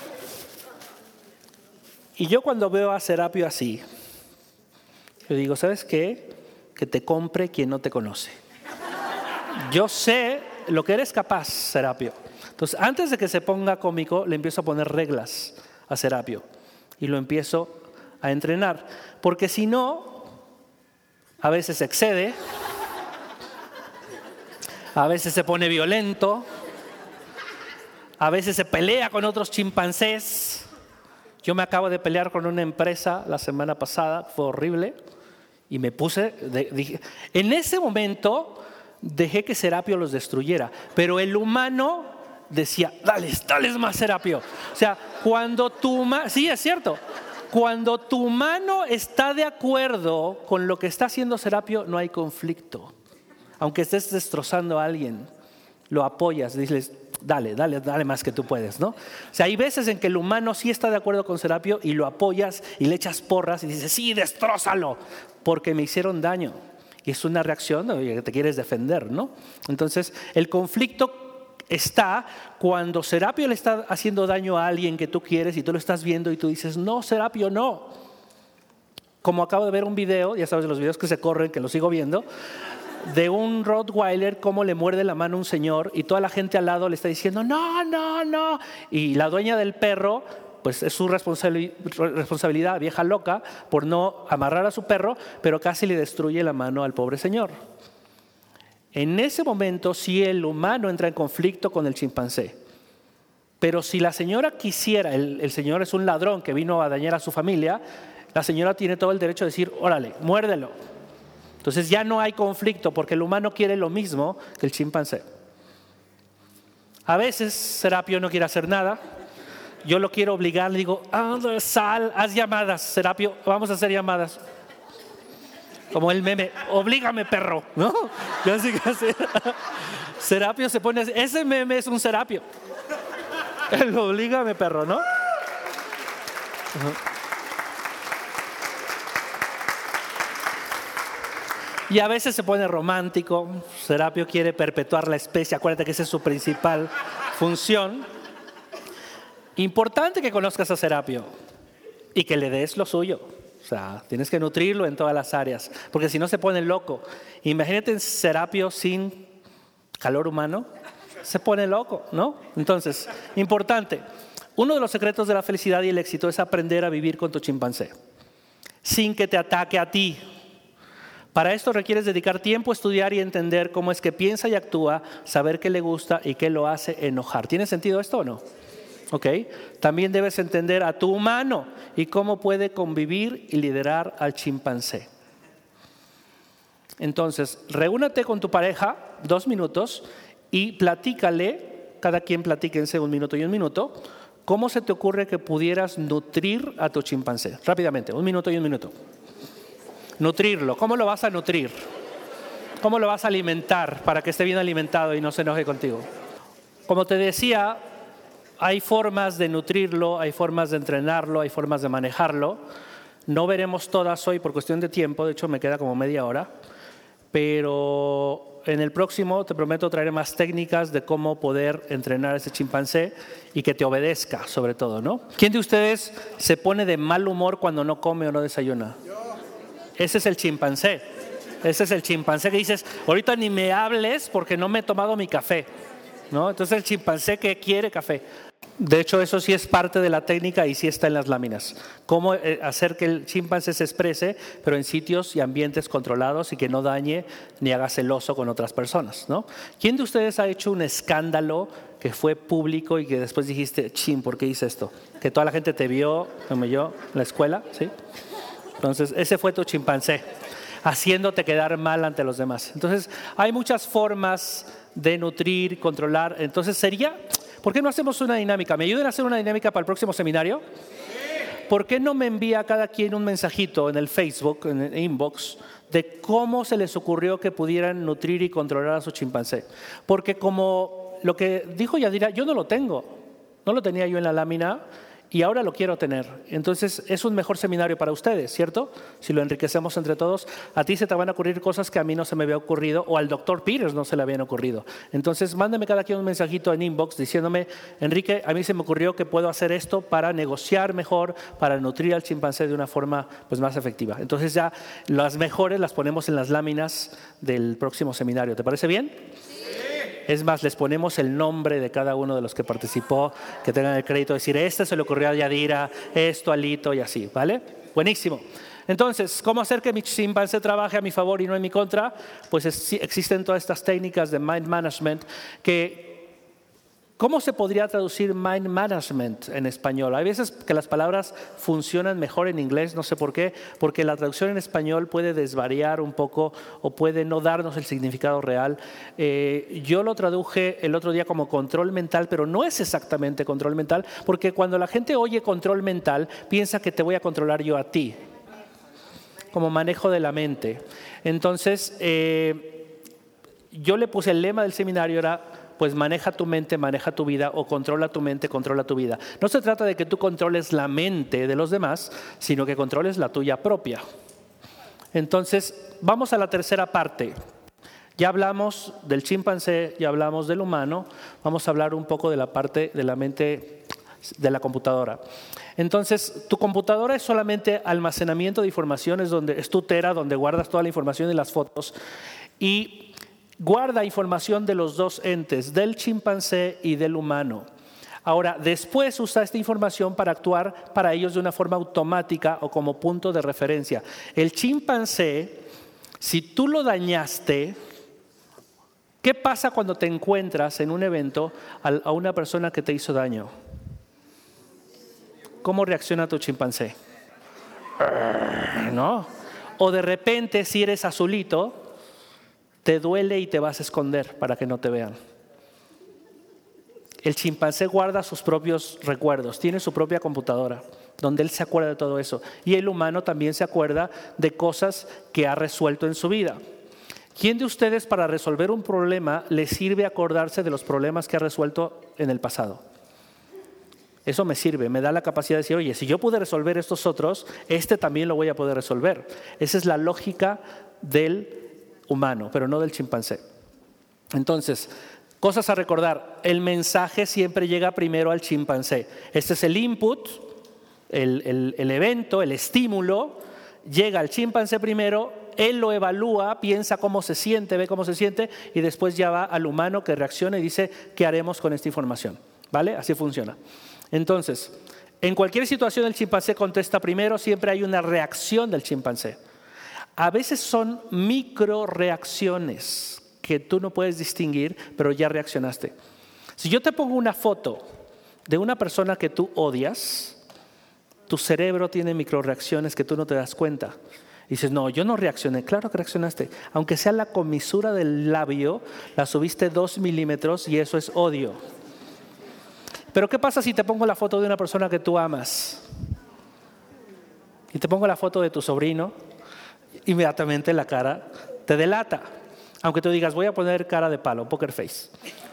Y yo cuando veo a Serapio así, yo digo, ¿sabes qué? Que te compre quien no te conoce. Yo sé lo que eres capaz, Serapio. Entonces, antes de que se ponga cómico, le empiezo a poner reglas a Serapio y lo empiezo a entrenar. Porque si no, a veces se excede, a veces se pone violento, a veces se pelea con otros chimpancés. Yo me acabo de pelear con una empresa la semana pasada, fue horrible, y me puse, de, dije, en ese momento dejé que Serapio los destruyera, pero el humano decía, dales, dales más, Serapio. O sea, cuando tu mano, sí, es cierto, cuando tu mano está de acuerdo con lo que está haciendo Serapio, no hay conflicto. Aunque estés destrozando a alguien, lo apoyas, dices, dale, dale, dale más que tú puedes, ¿no? O sea, hay veces en que el humano sí está de acuerdo con Serapio y lo apoyas y le echas porras y dices, sí, destrózalo, porque me hicieron daño. Y es una reacción de que te quieres defender, ¿no? Entonces, el conflicto está cuando Serapio le está haciendo daño a alguien que tú quieres y tú lo estás viendo y tú dices, no, Serapio, no. Como acabo de ver un video, ya sabes, los videos que se corren, que los sigo viendo, de un Rottweiler, cómo le muerde la mano a un señor y toda la gente al lado le está diciendo, no, no, no. Y la dueña del perro, pues es su responsabilidad, vieja loca, por no amarrar a su perro, pero casi le destruye la mano al pobre señor. En ese momento, sí, el humano entra en conflicto con el chimpancé. Pero si la señora quisiera, el, el señor es un ladrón que vino a dañar a su familia, la señora tiene todo el derecho de decir, órale, muérdelo. Entonces ya no hay conflicto porque el humano quiere lo mismo que el chimpancé. A veces Serapio no quiere hacer nada. Yo lo quiero obligar, le digo, ah, sal, haz llamadas, Serapio, vamos a hacer llamadas. Como el meme, oblígame, perro, ¿no? Yo así que así. Serapio se pone así. Ese meme es un Serapio. El oblígame, perro, ¿no? Uh-huh. Y a veces se pone romántico. Serapio quiere perpetuar la especie. Acuérdate que esa es su principal función. Importante que conozcas a Serapio y que le des lo suyo. O sea, tienes que nutrirlo en todas las áreas, porque si no se pone loco. Imagínate Serapio sin calor humano, se pone loco, ¿no? Entonces, importante. Uno de los secretos de la felicidad y el éxito es aprender a vivir con tu chimpancé, sin que te ataque a ti. Para esto requieres dedicar tiempo a estudiar y entender cómo es que piensa y actúa, saber qué le gusta y qué lo hace enojar. ¿Tiene sentido esto o no? ¿Ok? También debes entender a tu humano y cómo puede convivir y liderar al chimpancé. Entonces, reúnate con tu pareja dos minutos y platícale, cada quien platíquense un minuto y un minuto, ¿cómo se te ocurre que pudieras nutrir a tu chimpancé? Rápidamente, un minuto y un minuto. Nutrirlo, ¿cómo lo vas a nutrir? ¿Cómo lo vas a alimentar para que esté bien alimentado y no se enoje contigo? Como te decía, hay formas de nutrirlo, hay formas de entrenarlo, hay formas de manejarlo. No veremos todas hoy por cuestión de tiempo, de hecho me queda como media hora, pero en el próximo te prometo traer más técnicas de cómo poder entrenar a ese chimpancé y que te obedezca sobre todo, ¿no? ¿Quién de ustedes se pone de mal humor cuando no come o no desayuna? Ese es el chimpancé. Ese es el chimpancé que dices, ahorita ni me hables porque no me he tomado mi café, ¿no? Entonces el chimpancé que quiere café. De hecho, eso sí es parte de la técnica y sí está en las láminas. Cómo hacer que el chimpancé se exprese, pero en sitios y ambientes controlados y que no dañe ni haga celoso con otras personas, ¿no? ¿Quién de ustedes ha hecho un escándalo que fue público y que después dijiste, chin, ¿por qué hice esto? Que toda la gente te vio, como yo, en la escuela, ¿sí? Entonces, ese fue tu chimpancé, haciéndote quedar mal ante los demás. Entonces, hay muchas formas de nutrir, controlar. Entonces, sería, ¿por qué no hacemos una dinámica? ¿Me ayudan a hacer una dinámica para el próximo seminario? ¿Por qué no me envía cada quien un mensajito en el Facebook, en el inbox, de cómo se les ocurrió que pudieran nutrir y controlar a su chimpancé? Porque como lo que dijo Yadira, yo no lo tengo, no lo tenía yo en la lámina. Y ahora lo quiero tener. Entonces es un mejor seminario para ustedes, ¿cierto? Si lo enriquecemos entre todos, a ti se te van a ocurrir cosas que a mí no se me había ocurrido o al doctor Peters no se le habían ocurrido. Entonces mándame cada quien un mensajito en inbox diciéndome, Enrique, a mí se me ocurrió que puedo hacer esto para negociar mejor, para nutrir al chimpancé de una forma pues, más efectiva. Entonces ya las mejores las ponemos en las láminas del próximo seminario. ¿Te parece bien? Es más, les ponemos el nombre de cada uno de los que participó, que tengan el crédito de decir, este se le ocurrió a Yadira, esto a Lito y así, ¿vale? Buenísimo. Entonces, ¿cómo hacer que mi chimpancé trabaje a mi favor y no en mi contra? Pues es, existen todas estas técnicas de mind management que... ¿Cómo se podría traducir mind management en español? Hay veces que las palabras funcionan mejor en inglés, no sé por qué, porque la traducción en español puede desvariar un poco o puede no darnos el significado real. Eh, yo lo traduje el otro día como control mental, pero no es exactamente control mental, porque cuando la gente oye control mental, piensa que te voy a controlar yo a ti, como manejo de la mente. Entonces, eh, yo le puse el lema del seminario, era... pues maneja tu mente, maneja tu vida, o controla tu mente, controla tu vida. No se trata de que tú controles la mente de los demás, sino que controles la tuya propia. Entonces, vamos a la tercera parte. Ya hablamos del chimpancé, ya hablamos del humano, vamos a hablar un poco de la parte de la mente de la computadora. Entonces, tu computadora es solamente almacenamiento de informaciones, donde es tu tera, donde guardas toda la información y las fotos, y guarda información de los dos entes, del chimpancé y del humano. Ahora, después usa esta información para actuar para ellos de una forma automática o como punto de referencia. El chimpancé, si tú lo dañaste, ¿qué pasa cuando te encuentras en un evento a una persona que te hizo daño? ¿Cómo reacciona tu chimpancé? ¿No? O de repente, si eres azulito, te duele y te vas a esconder para que no te vean. El chimpancé guarda sus propios recuerdos, tiene su propia computadora, donde él se acuerda de todo eso. Y el humano también se acuerda de cosas que ha resuelto en su vida. ¿Quién de ustedes para resolver un problema le sirve acordarse de los problemas que ha resuelto en el pasado? Eso me sirve, me da la capacidad de decir, oye, si yo pude resolver estos otros, este también lo voy a poder resolver. Esa es la lógica del humano, pero no del chimpancé. Entonces, cosas a recordar. El mensaje siempre llega primero al chimpancé. Este es el input, el, el, el evento, el estímulo. Llega al chimpancé primero, él lo evalúa, piensa cómo se siente, ve cómo se siente y después ya va al humano que reacciona y dice, ¿qué haremos con esta información? ¿Vale? Así funciona. Entonces, en cualquier situación el chimpancé contesta primero, siempre hay una reacción del chimpancé. A veces son micro reacciones que tú no puedes distinguir, pero ya reaccionaste. Si yo te pongo una foto de una persona que tú odias, tu cerebro tiene micro reacciones que tú no te das cuenta. Y dices, no, yo no reaccioné. Claro que reaccionaste. Aunque sea la comisura del labio, la subiste dos milímetros y eso es odio. Pero ¿qué pasa si te pongo la foto de una persona que tú amas? Y te pongo la foto de tu sobrino, inmediatamente la cara te delata. Aunque tú digas, voy a poner cara de palo, poker face.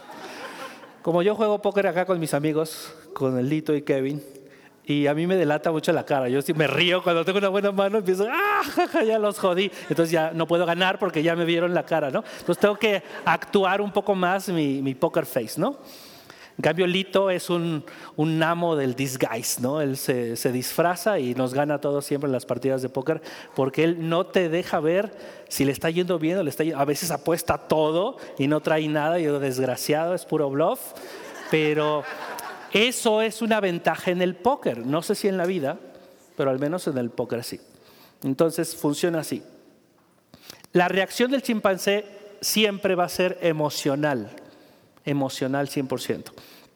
Como yo juego póker acá con mis amigos, con el Lito y Kevin, y a mí me delata mucho la cara. Yo sí me río cuando tengo una buena mano, empiezo, ¡ah, jaja, ya los jodí! Entonces ya no puedo ganar porque ya me vieron la cara, ¿no? Entonces tengo que actuar un poco más mi, mi poker face, ¿no? En cambio, Lito es un, un amo del disguise, ¿no? Él se, se disfraza y nos gana a todos siempre en las partidas de póker porque él no te deja ver si le está yendo bien o le está yendo. A veces apuesta todo y no trae nada y yo, desgraciado, es puro bluff. Pero eso es una ventaja en el póker. No sé si en la vida, pero al menos en el póker sí. Entonces funciona así. La reacción del chimpancé siempre va a ser emocional. Emocional cien por ciento.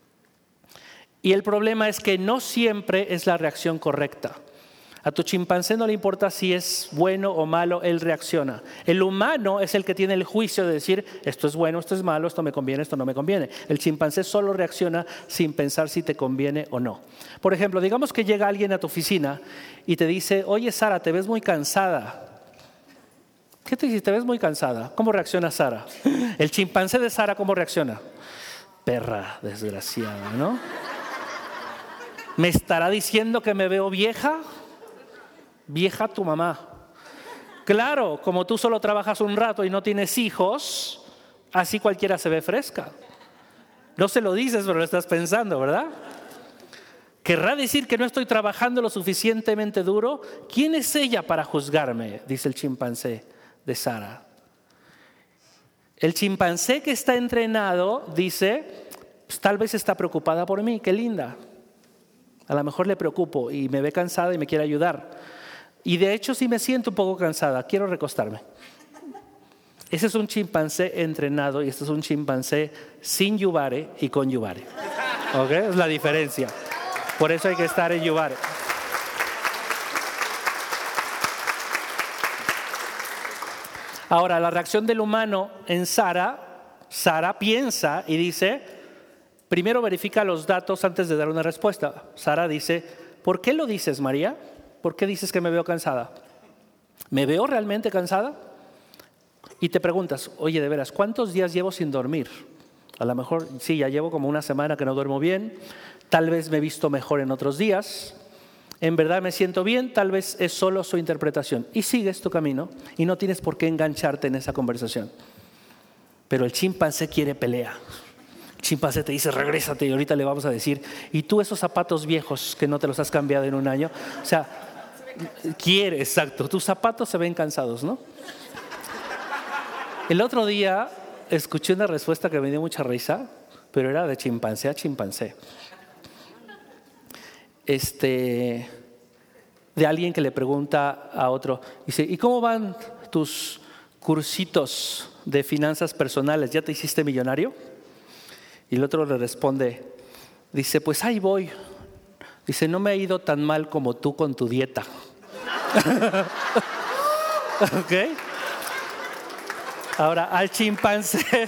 Y el problema es que no siempre es la reacción correcta. A tu chimpancé no le importa si es bueno o malo, él reacciona. El humano es el que tiene el juicio de decir, esto es bueno, esto es malo, esto me conviene, esto no me conviene. El chimpancé solo reacciona sin pensar si te conviene o no. Por ejemplo, digamos que llega alguien a tu oficina y te dice, oye Sara, te ves muy cansada. ¿Qué te dice? ¿Te ves muy cansada? ¿Cómo reacciona Sara? El chimpancé de Sara, ¿cómo reacciona? Perra desgraciada, ¿no? ¿Me estará diciendo que me veo vieja? Vieja tu mamá. Claro, como tú solo trabajas un rato y no tienes hijos, así cualquiera se ve fresca. No se lo dices, pero lo estás pensando, ¿verdad? ¿Querrá decir que no estoy trabajando lo suficientemente duro? ¿Quién es ella para juzgarme? Dice el chimpancé de Sara. El chimpancé que está entrenado dice, pues, tal vez está preocupada por mí, qué linda. A lo mejor le preocupo y me ve cansada y me quiere ayudar. Y de hecho sí me siento un poco cansada, quiero recostarme. Ese es un chimpancé entrenado y este es un chimpancé sin yubare y con yubare. ¿Ok? Es la diferencia. Por eso hay que estar en yubare. Ahora, la reacción del humano en Sara, Sara piensa y dice, primero verifica los datos antes de dar una respuesta. Sara dice, ¿por qué lo dices, María? ¿Por qué dices que me veo cansada? ¿Me veo realmente cansada? Y te preguntas, oye, de veras, ¿cuántos días llevo sin dormir? A lo mejor, sí, ya llevo como una semana que no duermo bien. Tal vez me he visto mejor en otros días. En verdad me siento bien, tal vez es solo su interpretación. Y sigues tu camino y no tienes por qué engancharte en esa conversación. Pero el chimpancé quiere pelea. El chimpancé te dice, regrésate y ahorita le vamos a decir, ¿y tú esos zapatos viejos que no te los has cambiado en un año? O sea, quiere, exacto, tus zapatos se ven cansados, ¿no? El otro día escuché una respuesta que me dio mucha risa, pero era de chimpancé a chimpancé. Este, de alguien que le pregunta a otro, dice, ¿y cómo van tus cursitos de finanzas personales? ¿Ya te hiciste millonario? Y el otro le responde, dice, pues ahí voy. Dice, no me ha ido tan mal como tú con tu dieta. ¿Ok? Ahora, al chimpancé.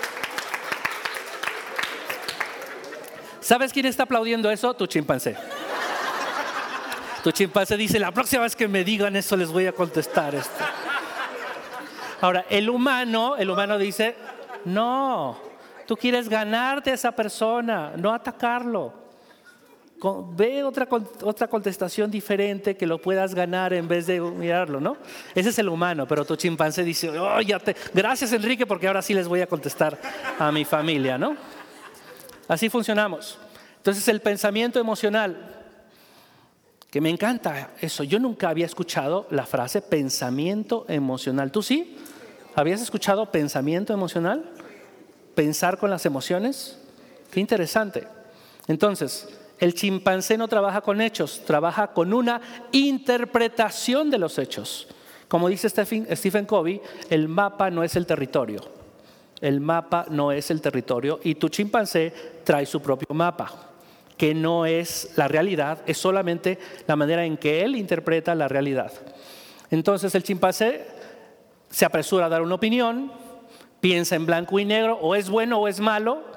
¿Sabes quién está aplaudiendo eso? Tu chimpancé. Tu chimpancé dice, la próxima vez que me digan eso les voy a contestar esto. Ahora, el humano, el humano dice, no, tú quieres ganarte a esa persona, no atacarlo. Ve otra, otra contestación diferente que lo puedas ganar en vez de mirarlo, ¿no? Ese es el humano, pero tu chimpancé dice, oh, ya te... gracias Enrique, porque ahora sí les voy a contestar a mi familia, ¿no? Así funcionamos. Entonces el pensamiento emocional, que me encanta eso. Yo nunca había escuchado la frase pensamiento emocional. ¿Tú sí? ¿Habías escuchado pensamiento emocional? ¿Pensar con las emociones? Qué interesante. Entonces, el chimpancé no trabaja con hechos, trabaja con una interpretación de los hechos. Como dice Stephen, Stephen Covey, el mapa no es el territorio. El mapa no es el territorio y tu chimpancé trae su propio mapa, que no es la realidad, es solamente la manera en que él interpreta la realidad. Entonces el chimpancé se apresura a dar una opinión, piensa en blanco y negro, o es bueno o es malo,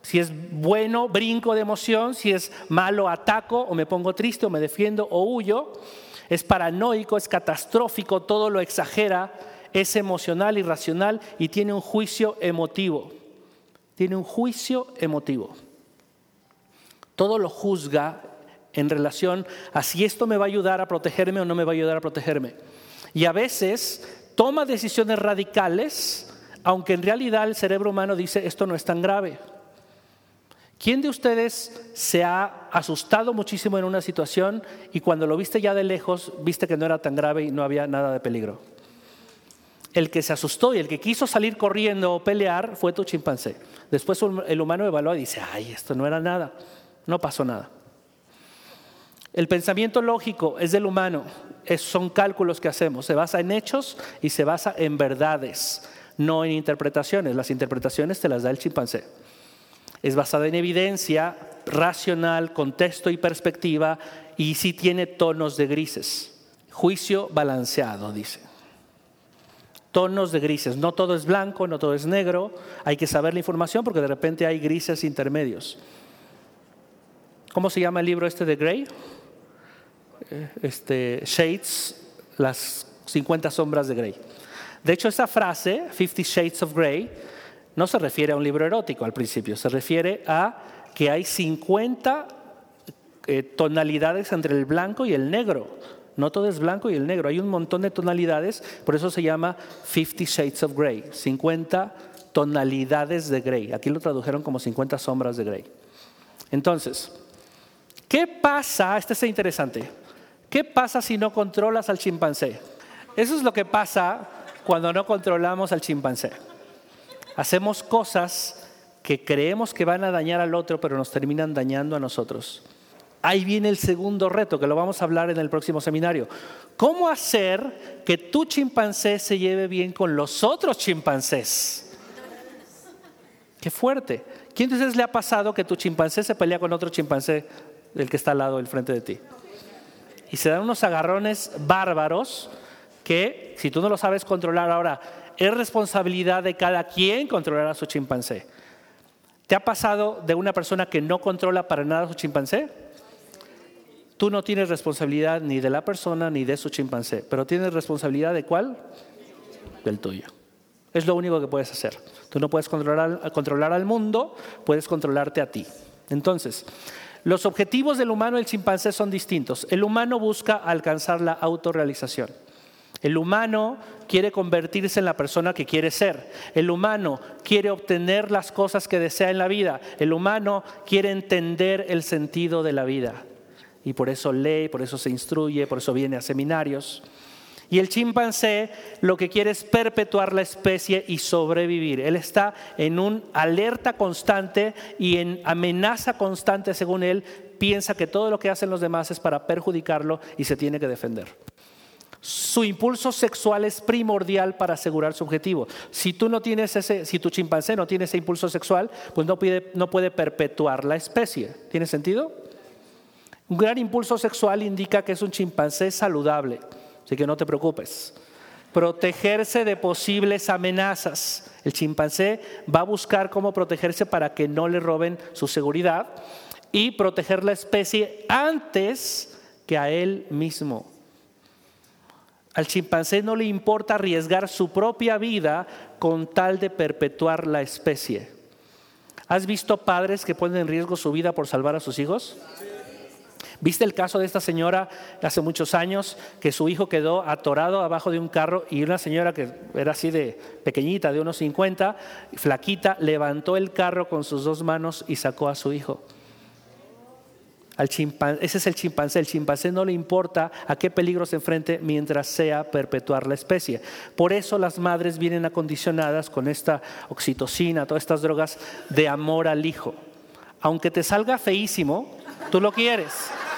Si es bueno, brinco de emoción. Si es malo, ataco o me pongo triste o me defiendo o huyo. Es paranoico, es catastrófico, todo lo exagera, es emocional, irracional y tiene un juicio emotivo. Tiene un juicio emotivo. Todo lo juzga en relación a si esto me va a ayudar a protegerme o no me va a ayudar a protegerme. Y a veces toma decisiones radicales, aunque en realidad el cerebro humano dice esto no es tan grave. ¿Quién de ustedes se ha asustado muchísimo en una situación y cuando lo viste ya de lejos, viste que no era tan grave y no había nada de peligro? El que se asustó y el que quiso salir corriendo o pelear fue tu chimpancé. Después el humano evalúa y dice, ay, esto no era nada, no pasó nada. El pensamiento lógico es del humano, es, son cálculos que hacemos, se basa en hechos y se basa en verdades, no en interpretaciones. Las interpretaciones te las da el chimpancé. Es basada en evidencia, racional, contexto y perspectiva, y sí tiene tonos de grises. Juicio balanceado, dice. Tonos de grises. No todo es blanco, no todo es negro. Hay que saber la información porque de repente hay grises intermedios. ¿Cómo se llama el libro este de Grey? Este, Shades, las cincuenta sombras de Grey. De hecho, esa frase, Fifty Shades of Grey, no se refiere a un libro erótico al principio, se refiere a que hay cincuenta eh, tonalidades entre el blanco y el negro. No todo es blanco y el negro, hay un montón de tonalidades, por eso se llama Fifty Shades of Grey, cincuenta tonalidades de Grey. Aquí lo tradujeron como cincuenta sombras de Grey. Entonces, ¿qué pasa? Este es interesante. ¿Qué pasa si no controlas al chimpancé? Eso es lo que pasa cuando no controlamos al chimpancé. Hacemos cosas que creemos que van a dañar al otro, pero nos terminan dañando a nosotros. Ahí viene el segundo reto, que lo vamos a hablar en el próximo seminario. ¿Cómo hacer que tu chimpancé se lleve bien con los otros chimpancés? ¡Qué fuerte! ¿Quién de ustedes le ha pasado que tu chimpancé se pelea con otro chimpancé, el que está al lado del frente de ti? Y se dan unos agarrones bárbaros que, si tú no lo sabes controlar ahora, es responsabilidad de cada quien controlar a su chimpancé. ¿Te ha pasado de una persona que no controla para nada a su chimpancé? Tú no tienes responsabilidad ni de la persona ni de su chimpancé, pero tienes responsabilidad ¿de cuál? Del tuyo. Es lo único que puedes hacer. Tú no puedes controlar, controlar al mundo, puedes controlarte a ti. Entonces, los objetivos del humano y el chimpancé son distintos. El humano busca alcanzar la autorrealización. El humano quiere convertirse en la persona que quiere ser. El humano quiere obtener las cosas que desea en la vida. El humano quiere entender el sentido de la vida. Y por eso lee, por eso se instruye, por eso viene a seminarios. Y el chimpancé lo que quiere es perpetuar la especie y sobrevivir. Él está en una alerta constante y en amenaza constante, según él. Piensa que todo lo que hacen los demás es para perjudicarlo y se tiene que defender. Su impulso sexual es primordial para asegurar su objetivo. Si tú no tienes ese, si tu chimpancé no tiene ese impulso sexual, pues no puede, no puede perpetuar la especie. ¿Tiene sentido? Un gran impulso sexual indica que es un chimpancé saludable, así que no te preocupes. Protegerse de posibles amenazas. El chimpancé va a buscar cómo protegerse para que no le roben su seguridad y proteger la especie antes que a él mismo. Al chimpancé no le importa arriesgar su propia vida con tal de perpetuar la especie. ¿Has visto padres que ponen en riesgo su vida por salvar a sus hijos? ¿Viste el caso de esta señora hace muchos años que su hijo quedó atorado abajo de un carro y una señora que era así de pequeñita, de unos cincuenta, flaquita, levantó el carro con sus dos manos y sacó a su hijo? Al chimpancé, ese es el chimpancé. El chimpancé no le importa a qué peligro se enfrente mientras sea perpetuar la especie. Por eso las madres vienen acondicionadas con esta oxitocina, todas estas drogas de amor al hijo. Aunque te salga feísimo, tú lo quieres.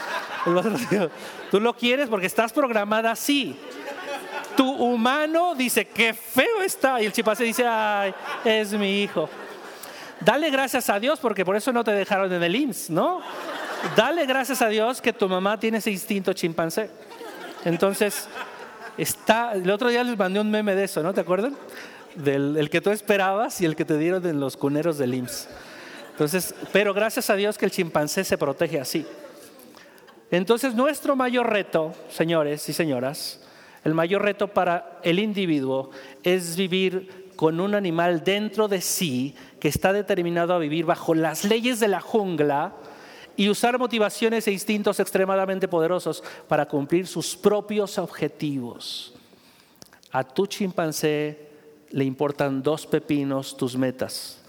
Tú lo quieres porque estás programada así. Tu humano dice, qué feo está. Y el chimpancé dice, ay, es mi hijo. Dale gracias a Dios porque por eso no te dejaron en el I M S S, ¿no? Dale gracias a Dios que tu mamá tiene ese instinto chimpancé. Entonces, está, el otro día les mandé un meme de eso, ¿no? ¿Te acuerdan? Del el que tú esperabas y el que te dieron en los cuneros del I M S S. Entonces, pero gracias a Dios que el chimpancé se protege así. Entonces, nuestro mayor reto, señores y señoras, el mayor reto para el individuo es vivir con un animal dentro de sí que está determinado a vivir bajo las leyes de la jungla y usar motivaciones e instintos extremadamente poderosos para cumplir sus propios objetivos. A tu chimpancé le importan dos pepinos tus metas.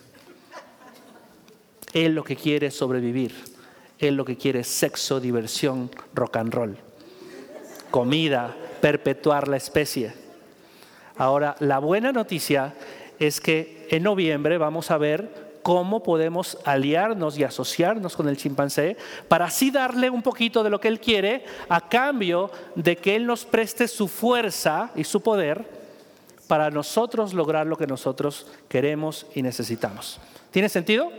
Él lo que quiere es sobrevivir. Él lo que quiere es sexo, diversión, rock and roll, comida, perpetuar la especie. Ahora, la buena noticia es que en noviembre vamos a ver cómo podemos aliarnos y asociarnos con el chimpancé para así darle un poquito de lo que él quiere a cambio de que él nos preste su fuerza y su poder para nosotros lograr lo que nosotros queremos y necesitamos. ¿Tiene sentido?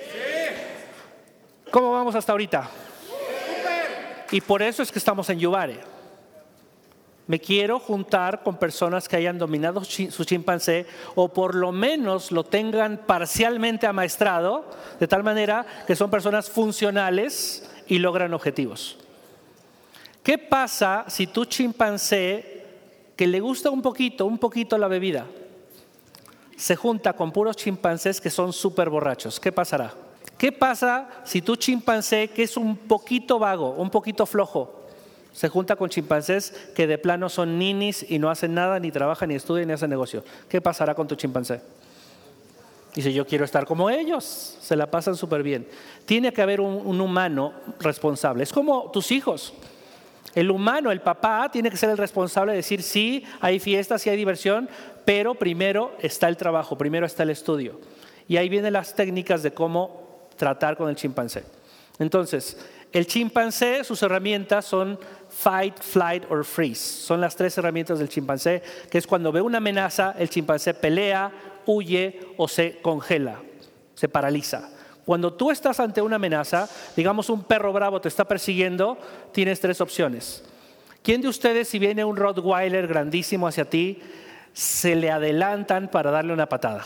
Sí. ¿Cómo vamos hasta ahorita? Y por eso es que estamos en Yubare. Me quiero juntar con personas que hayan dominado su chimpancé o por lo menos lo tengan parcialmente amaestrado, de tal manera que son personas funcionales y logran objetivos. ¿Qué pasa si tu chimpancé, que le gusta un poquito, un poquito la bebida, se junta con puros chimpancés que son súper borrachos? ¿Qué pasará? ¿Qué pasa si tu chimpancé, que es un poquito vago, un poquito flojo, se junta con chimpancés que de plano son ninis y no hacen nada, ni trabajan, ni estudian, ni hacen negocio? ¿Qué pasará con tu chimpancé? Dice, yo quiero estar como ellos, se la pasan súper bien. Tiene que haber un, un humano responsable. Es como tus hijos. El humano, el papá, tiene que ser el responsable de decir, sí, hay fiestas, sí hay diversión, pero primero está el trabajo, primero está el estudio. Y ahí vienen las técnicas de cómo tratar con el chimpancé. Entonces, el chimpancé, sus herramientas son fight, flight or freeze. Son las tres herramientas del chimpancé, que es cuando ve una amenaza, el chimpancé pelea, huye o se congela, se paraliza. Cuando tú estás ante una amenaza, digamos un perro bravo te está persiguiendo, tienes tres opciones. ¿Quién de ustedes, si viene un Rottweiler grandísimo hacia ti, se le adelantan para darle una patada?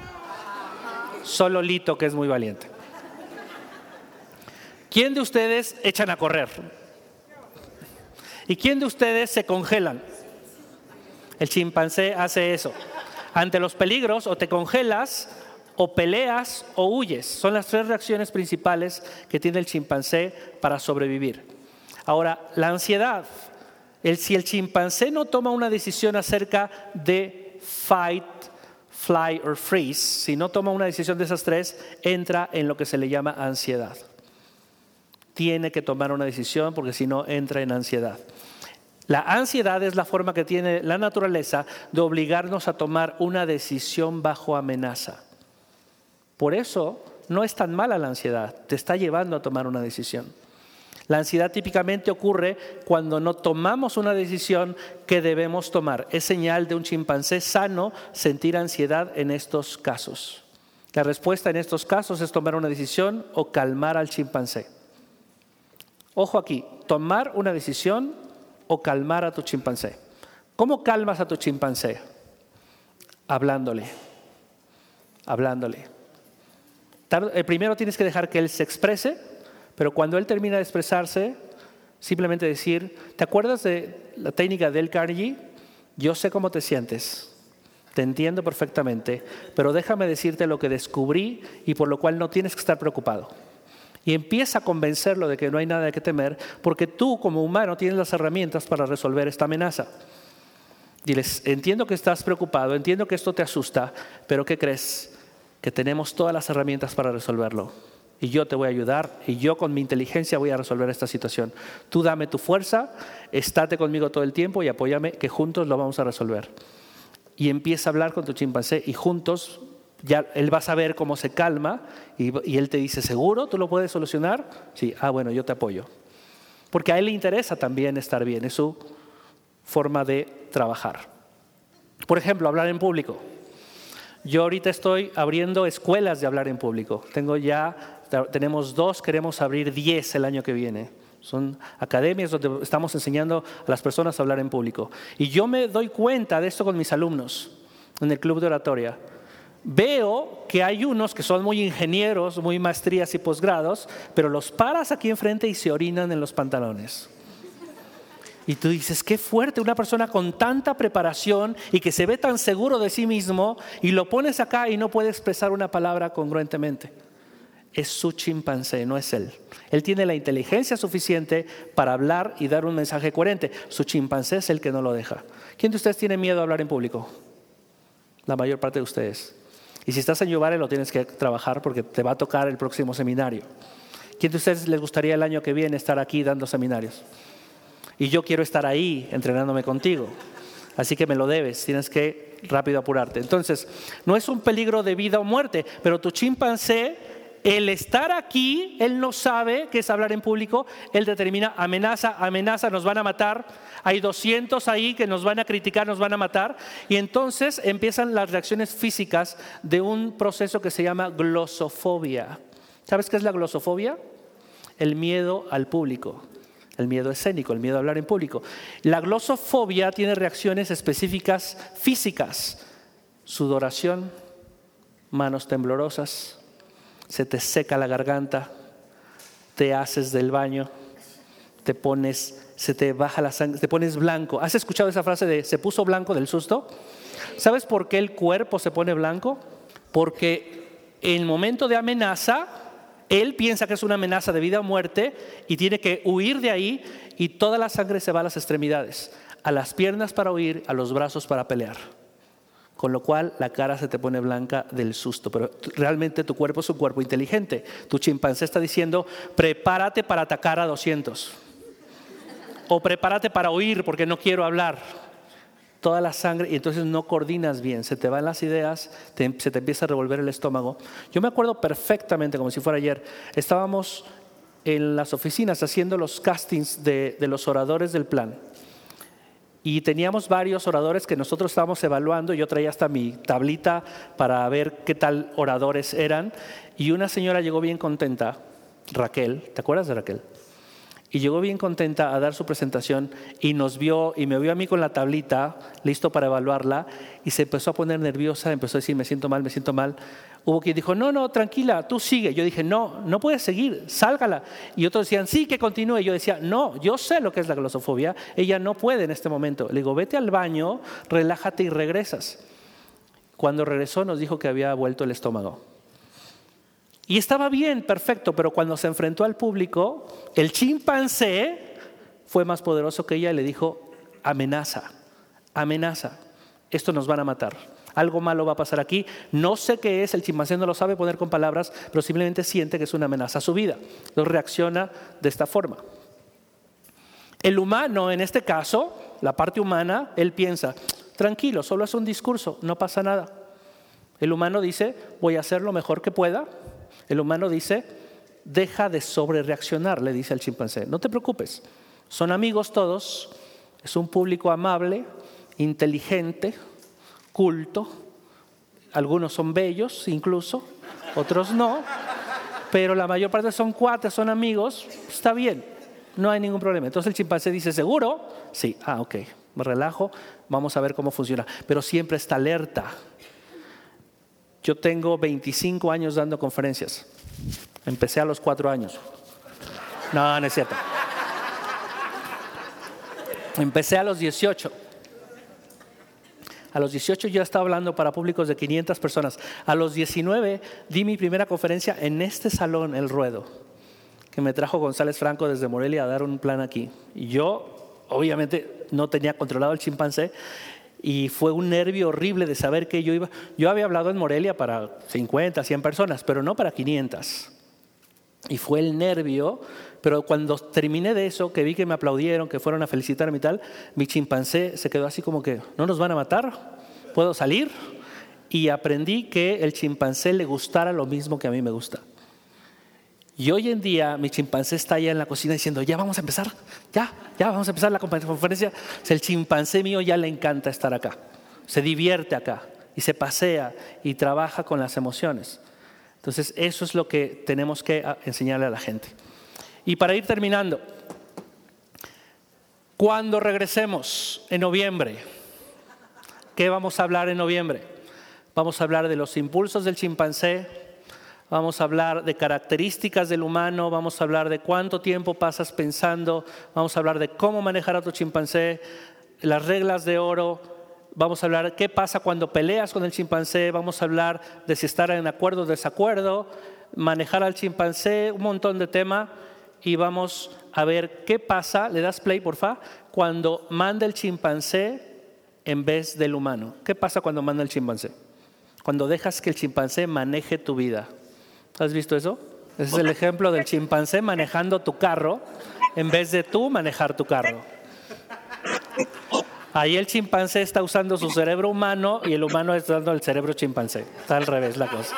Solo Lito, que es muy valiente. ¿Quién de ustedes echan a correr? ¿Y quién de ustedes se congelan? El chimpancé hace eso. Ante los peligros, o te congelas, o peleas, o huyes. Son las tres reacciones principales que tiene el chimpancé para sobrevivir. Ahora, la ansiedad. El, si el chimpancé no toma una decisión acerca de fight, fly or freeze, si no toma una decisión de esas tres, entra en lo que se le llama ansiedad. Tiene que tomar una decisión porque si no entra en ansiedad. La ansiedad es la forma que tiene la naturaleza de obligarnos a tomar una decisión bajo amenaza. Por eso no es tan mala la ansiedad, te está llevando a tomar una decisión. La ansiedad típicamente ocurre cuando no tomamos una decisión que debemos tomar. Es señal de un chimpancé sano sentir ansiedad en estos casos. La respuesta en estos casos es tomar una decisión o calmar al chimpancé. Ojo aquí, tomar una decisión o calmar a tu chimpancé. ¿Cómo calmas a tu chimpancé? Hablándole, hablándole. Primero tienes que dejar que él se exprese, pero cuando él termina de expresarse, simplemente decir, ¿te acuerdas de la técnica de Dale Carnegie? Yo sé cómo te sientes, te entiendo perfectamente, pero déjame decirte lo que descubrí y por lo cual no tienes que estar preocupado. Y empieza a convencerlo de que no hay nada de qué temer, porque tú como humano tienes las herramientas para resolver esta amenaza. Diles, entiendo que estás preocupado, entiendo que esto te asusta, pero ¿qué crees? Que tenemos todas las herramientas para resolverlo. Y yo te voy a ayudar, y yo con mi inteligencia voy a resolver esta situación. Tú dame tu fuerza, estate conmigo todo el tiempo y apóyame, que juntos lo vamos a resolver. Y empieza a hablar con tu chimpancé y juntos ya él va a saber cómo se calma y, y él te dice, ¿seguro? ¿Tú lo puedes solucionar? Sí, ah, bueno, yo te apoyo. Porque a él le interesa también estar bien, es su forma de trabajar. Por ejemplo, hablar en público. Yo ahorita estoy abriendo escuelas de hablar en público. Tengo ya, tenemos dos, queremos abrir diez el año que viene. Son academias donde estamos enseñando a las personas a hablar en público. Y yo me doy cuenta de esto con mis alumnos en el club de oratoria. Veo que hay unos que son muy ingenieros, muy maestrías y posgrados, pero los paras aquí enfrente y se orinan en los pantalones. Y tú dices, qué fuerte, una persona con tanta preparación y que se ve tan seguro de sí mismo, y lo pones acá y no puede expresar una palabra congruentemente. Es su chimpancé, no es él. Él tiene la inteligencia suficiente para hablar y dar un mensaje coherente. Su chimpancé es el que no lo deja. ¿Quién de ustedes tiene miedo a hablar en público? La mayor parte de ustedes. Y si estás en Yuvare lo tienes que trabajar porque te va a tocar el próximo seminario. ¿Quién de ustedes les gustaría el año que viene estar aquí dando seminarios? Y yo quiero estar ahí entrenándome contigo. Así que me lo debes, tienes que rápido apurarte. Entonces, no es un peligro de vida o muerte, pero tu chimpancé, el estar aquí, él no sabe qué es hablar en público, él determina amenaza, amenaza, nos van a matar, hay doscientos ahí que nos van a criticar, nos van a matar, y entonces empiezan las reacciones físicas de un proceso que se llama glosofobia. ¿Sabes qué es la glosofobia? El miedo al público. El miedo escénico, el miedo a hablar en público. La glosofobia tiene reacciones específicas físicas. Sudoración, manos temblorosas, se te seca la garganta, te haces del baño, te pones, se te baja la sangre, te pones blanco. ¿Has escuchado esa frase de se puso blanco del susto? ¿Sabes por qué el cuerpo se pone blanco? Porque en momento de amenaza, él piensa que es una amenaza de vida o muerte y tiene que huir de ahí, y toda la sangre se va a las extremidades, a las piernas para huir, a los brazos para pelear. Con lo cual la cara se te pone blanca del susto. Pero realmente tu cuerpo es un cuerpo inteligente. Tu chimpancé está diciendo, prepárate para atacar a doscientos. O prepárate para huir porque no quiero hablar. Toda la sangre, y entonces no coordinas bien, se te van las ideas, te, se te empieza a revolver el estómago. Yo me acuerdo perfectamente, como si fuera ayer, estábamos en las oficinas haciendo los castings de, de los oradores del plan, y teníamos varios oradores que nosotros estábamos evaluando. Yo traía hasta mi tablita para ver qué tal oradores eran, y una señora llegó bien contenta, Raquel, ¿te acuerdas de Raquel? Y llegó bien contenta a dar su presentación y nos vio y me vio a mí con la tablita listo para evaluarla, y se empezó a poner nerviosa, empezó a decir me siento mal, me siento mal. Hubo quien dijo no, no, tranquila, tú sigue. Yo dije no, no puedes seguir, sálgala. Y otros decían sí, que continúe. Yo decía no, yo sé lo que es la glosofobia, ella no puede en este momento. Le digo vete al baño, relájate y regresas. Cuando regresó nos dijo que había vuelto el estómago. Y estaba bien, perfecto, pero cuando se enfrentó al público, el chimpancé fue más poderoso que ella y le dijo, amenaza, amenaza, esto nos van a matar, algo malo va a pasar aquí, no sé qué es, el chimpancé no lo sabe poner con palabras, pero simplemente siente que es una amenaza a su vida, entonces reacciona de esta forma. El humano, en este caso, la parte humana, él piensa, tranquilo, solo es un discurso, no pasa nada. El humano dice, voy a hacer lo mejor que pueda. El humano dice, deja de sobrereaccionar, le dice al chimpancé. No te preocupes, son amigos todos, es un público amable, inteligente, culto. Algunos son bellos incluso, otros no, pero la mayor parte son cuates, son amigos, está bien, no hay ningún problema. Entonces el chimpancé dice, ¿seguro? Sí, ah, ok, me relajo, vamos a ver cómo funciona, pero siempre está alerta. Yo tengo veinticinco años dando conferencias. Empecé a los cuatro años. No, no es cierto. Empecé a los dieciocho. A los dieciocho yo estaba hablando para públicos de quinientas personas. A los diecinueve di mi primera conferencia en este salón, El Ruedo, que me trajo González Franco desde Morelia a dar un plan aquí. Y yo, obviamente, no tenía controlado el chimpancé. Y fue un nervio horrible de saber que yo iba. Yo había hablado en Morelia para cincuenta, cien personas, pero no para quinientas. Y fue el nervio, pero cuando terminé de eso, que vi que me aplaudieron, que fueron a felicitarme y tal, mi chimpancé se quedó así como que, ¿no nos van a matar? ¿Puedo salir? Y aprendí que el chimpancé le gustara lo mismo que a mí me gusta. Y hoy en día mi chimpancé está allá en la cocina diciendo, ya vamos a empezar, ya, ya vamos a empezar la conferencia. O sea, el chimpancé mío ya le encanta estar acá, se divierte acá y se pasea y trabaja con las emociones. Entonces eso es lo que tenemos que enseñarle a la gente. Y para ir terminando, cuando regresemos en noviembre, ¿qué vamos a hablar en noviembre? vamos a hablar de los impulsos del chimpancé, vamos a hablar de características del humano, vamos a hablar de cuánto tiempo pasas pensando, vamos a hablar de cómo manejar a tu chimpancé, las reglas de oro, vamos a hablar de qué pasa cuando peleas con el chimpancé, vamos a hablar de si estar en acuerdo o desacuerdo, manejar al chimpancé, un montón de temas, y vamos a ver qué pasa, le das play porfa, cuando manda el chimpancé en vez del humano. ¿Qué pasa cuando manda el chimpancé? Cuando dejas que el chimpancé maneje tu vida. ¿Has visto eso? Ese es el ejemplo del chimpancé manejando tu carro en vez de tú manejar tu carro. Ahí el chimpancé está usando su cerebro humano y el humano está usando el cerebro chimpancé. Está al revés la cosa.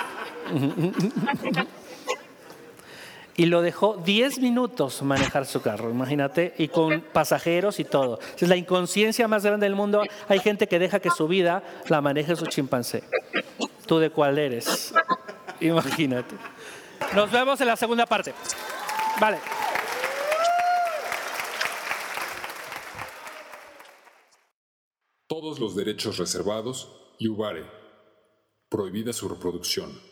Y lo dejó diez minutos manejar su carro, imagínate, y con pasajeros y todo. Es la inconsciencia más grande del mundo. Hay gente que deja que su vida la maneje su chimpancé. ¿Tú de cuál eres? Imagínate. Nos vemos en la segunda parte. Vale. Todos los derechos reservados y Ubare. Prohibida su reproducción.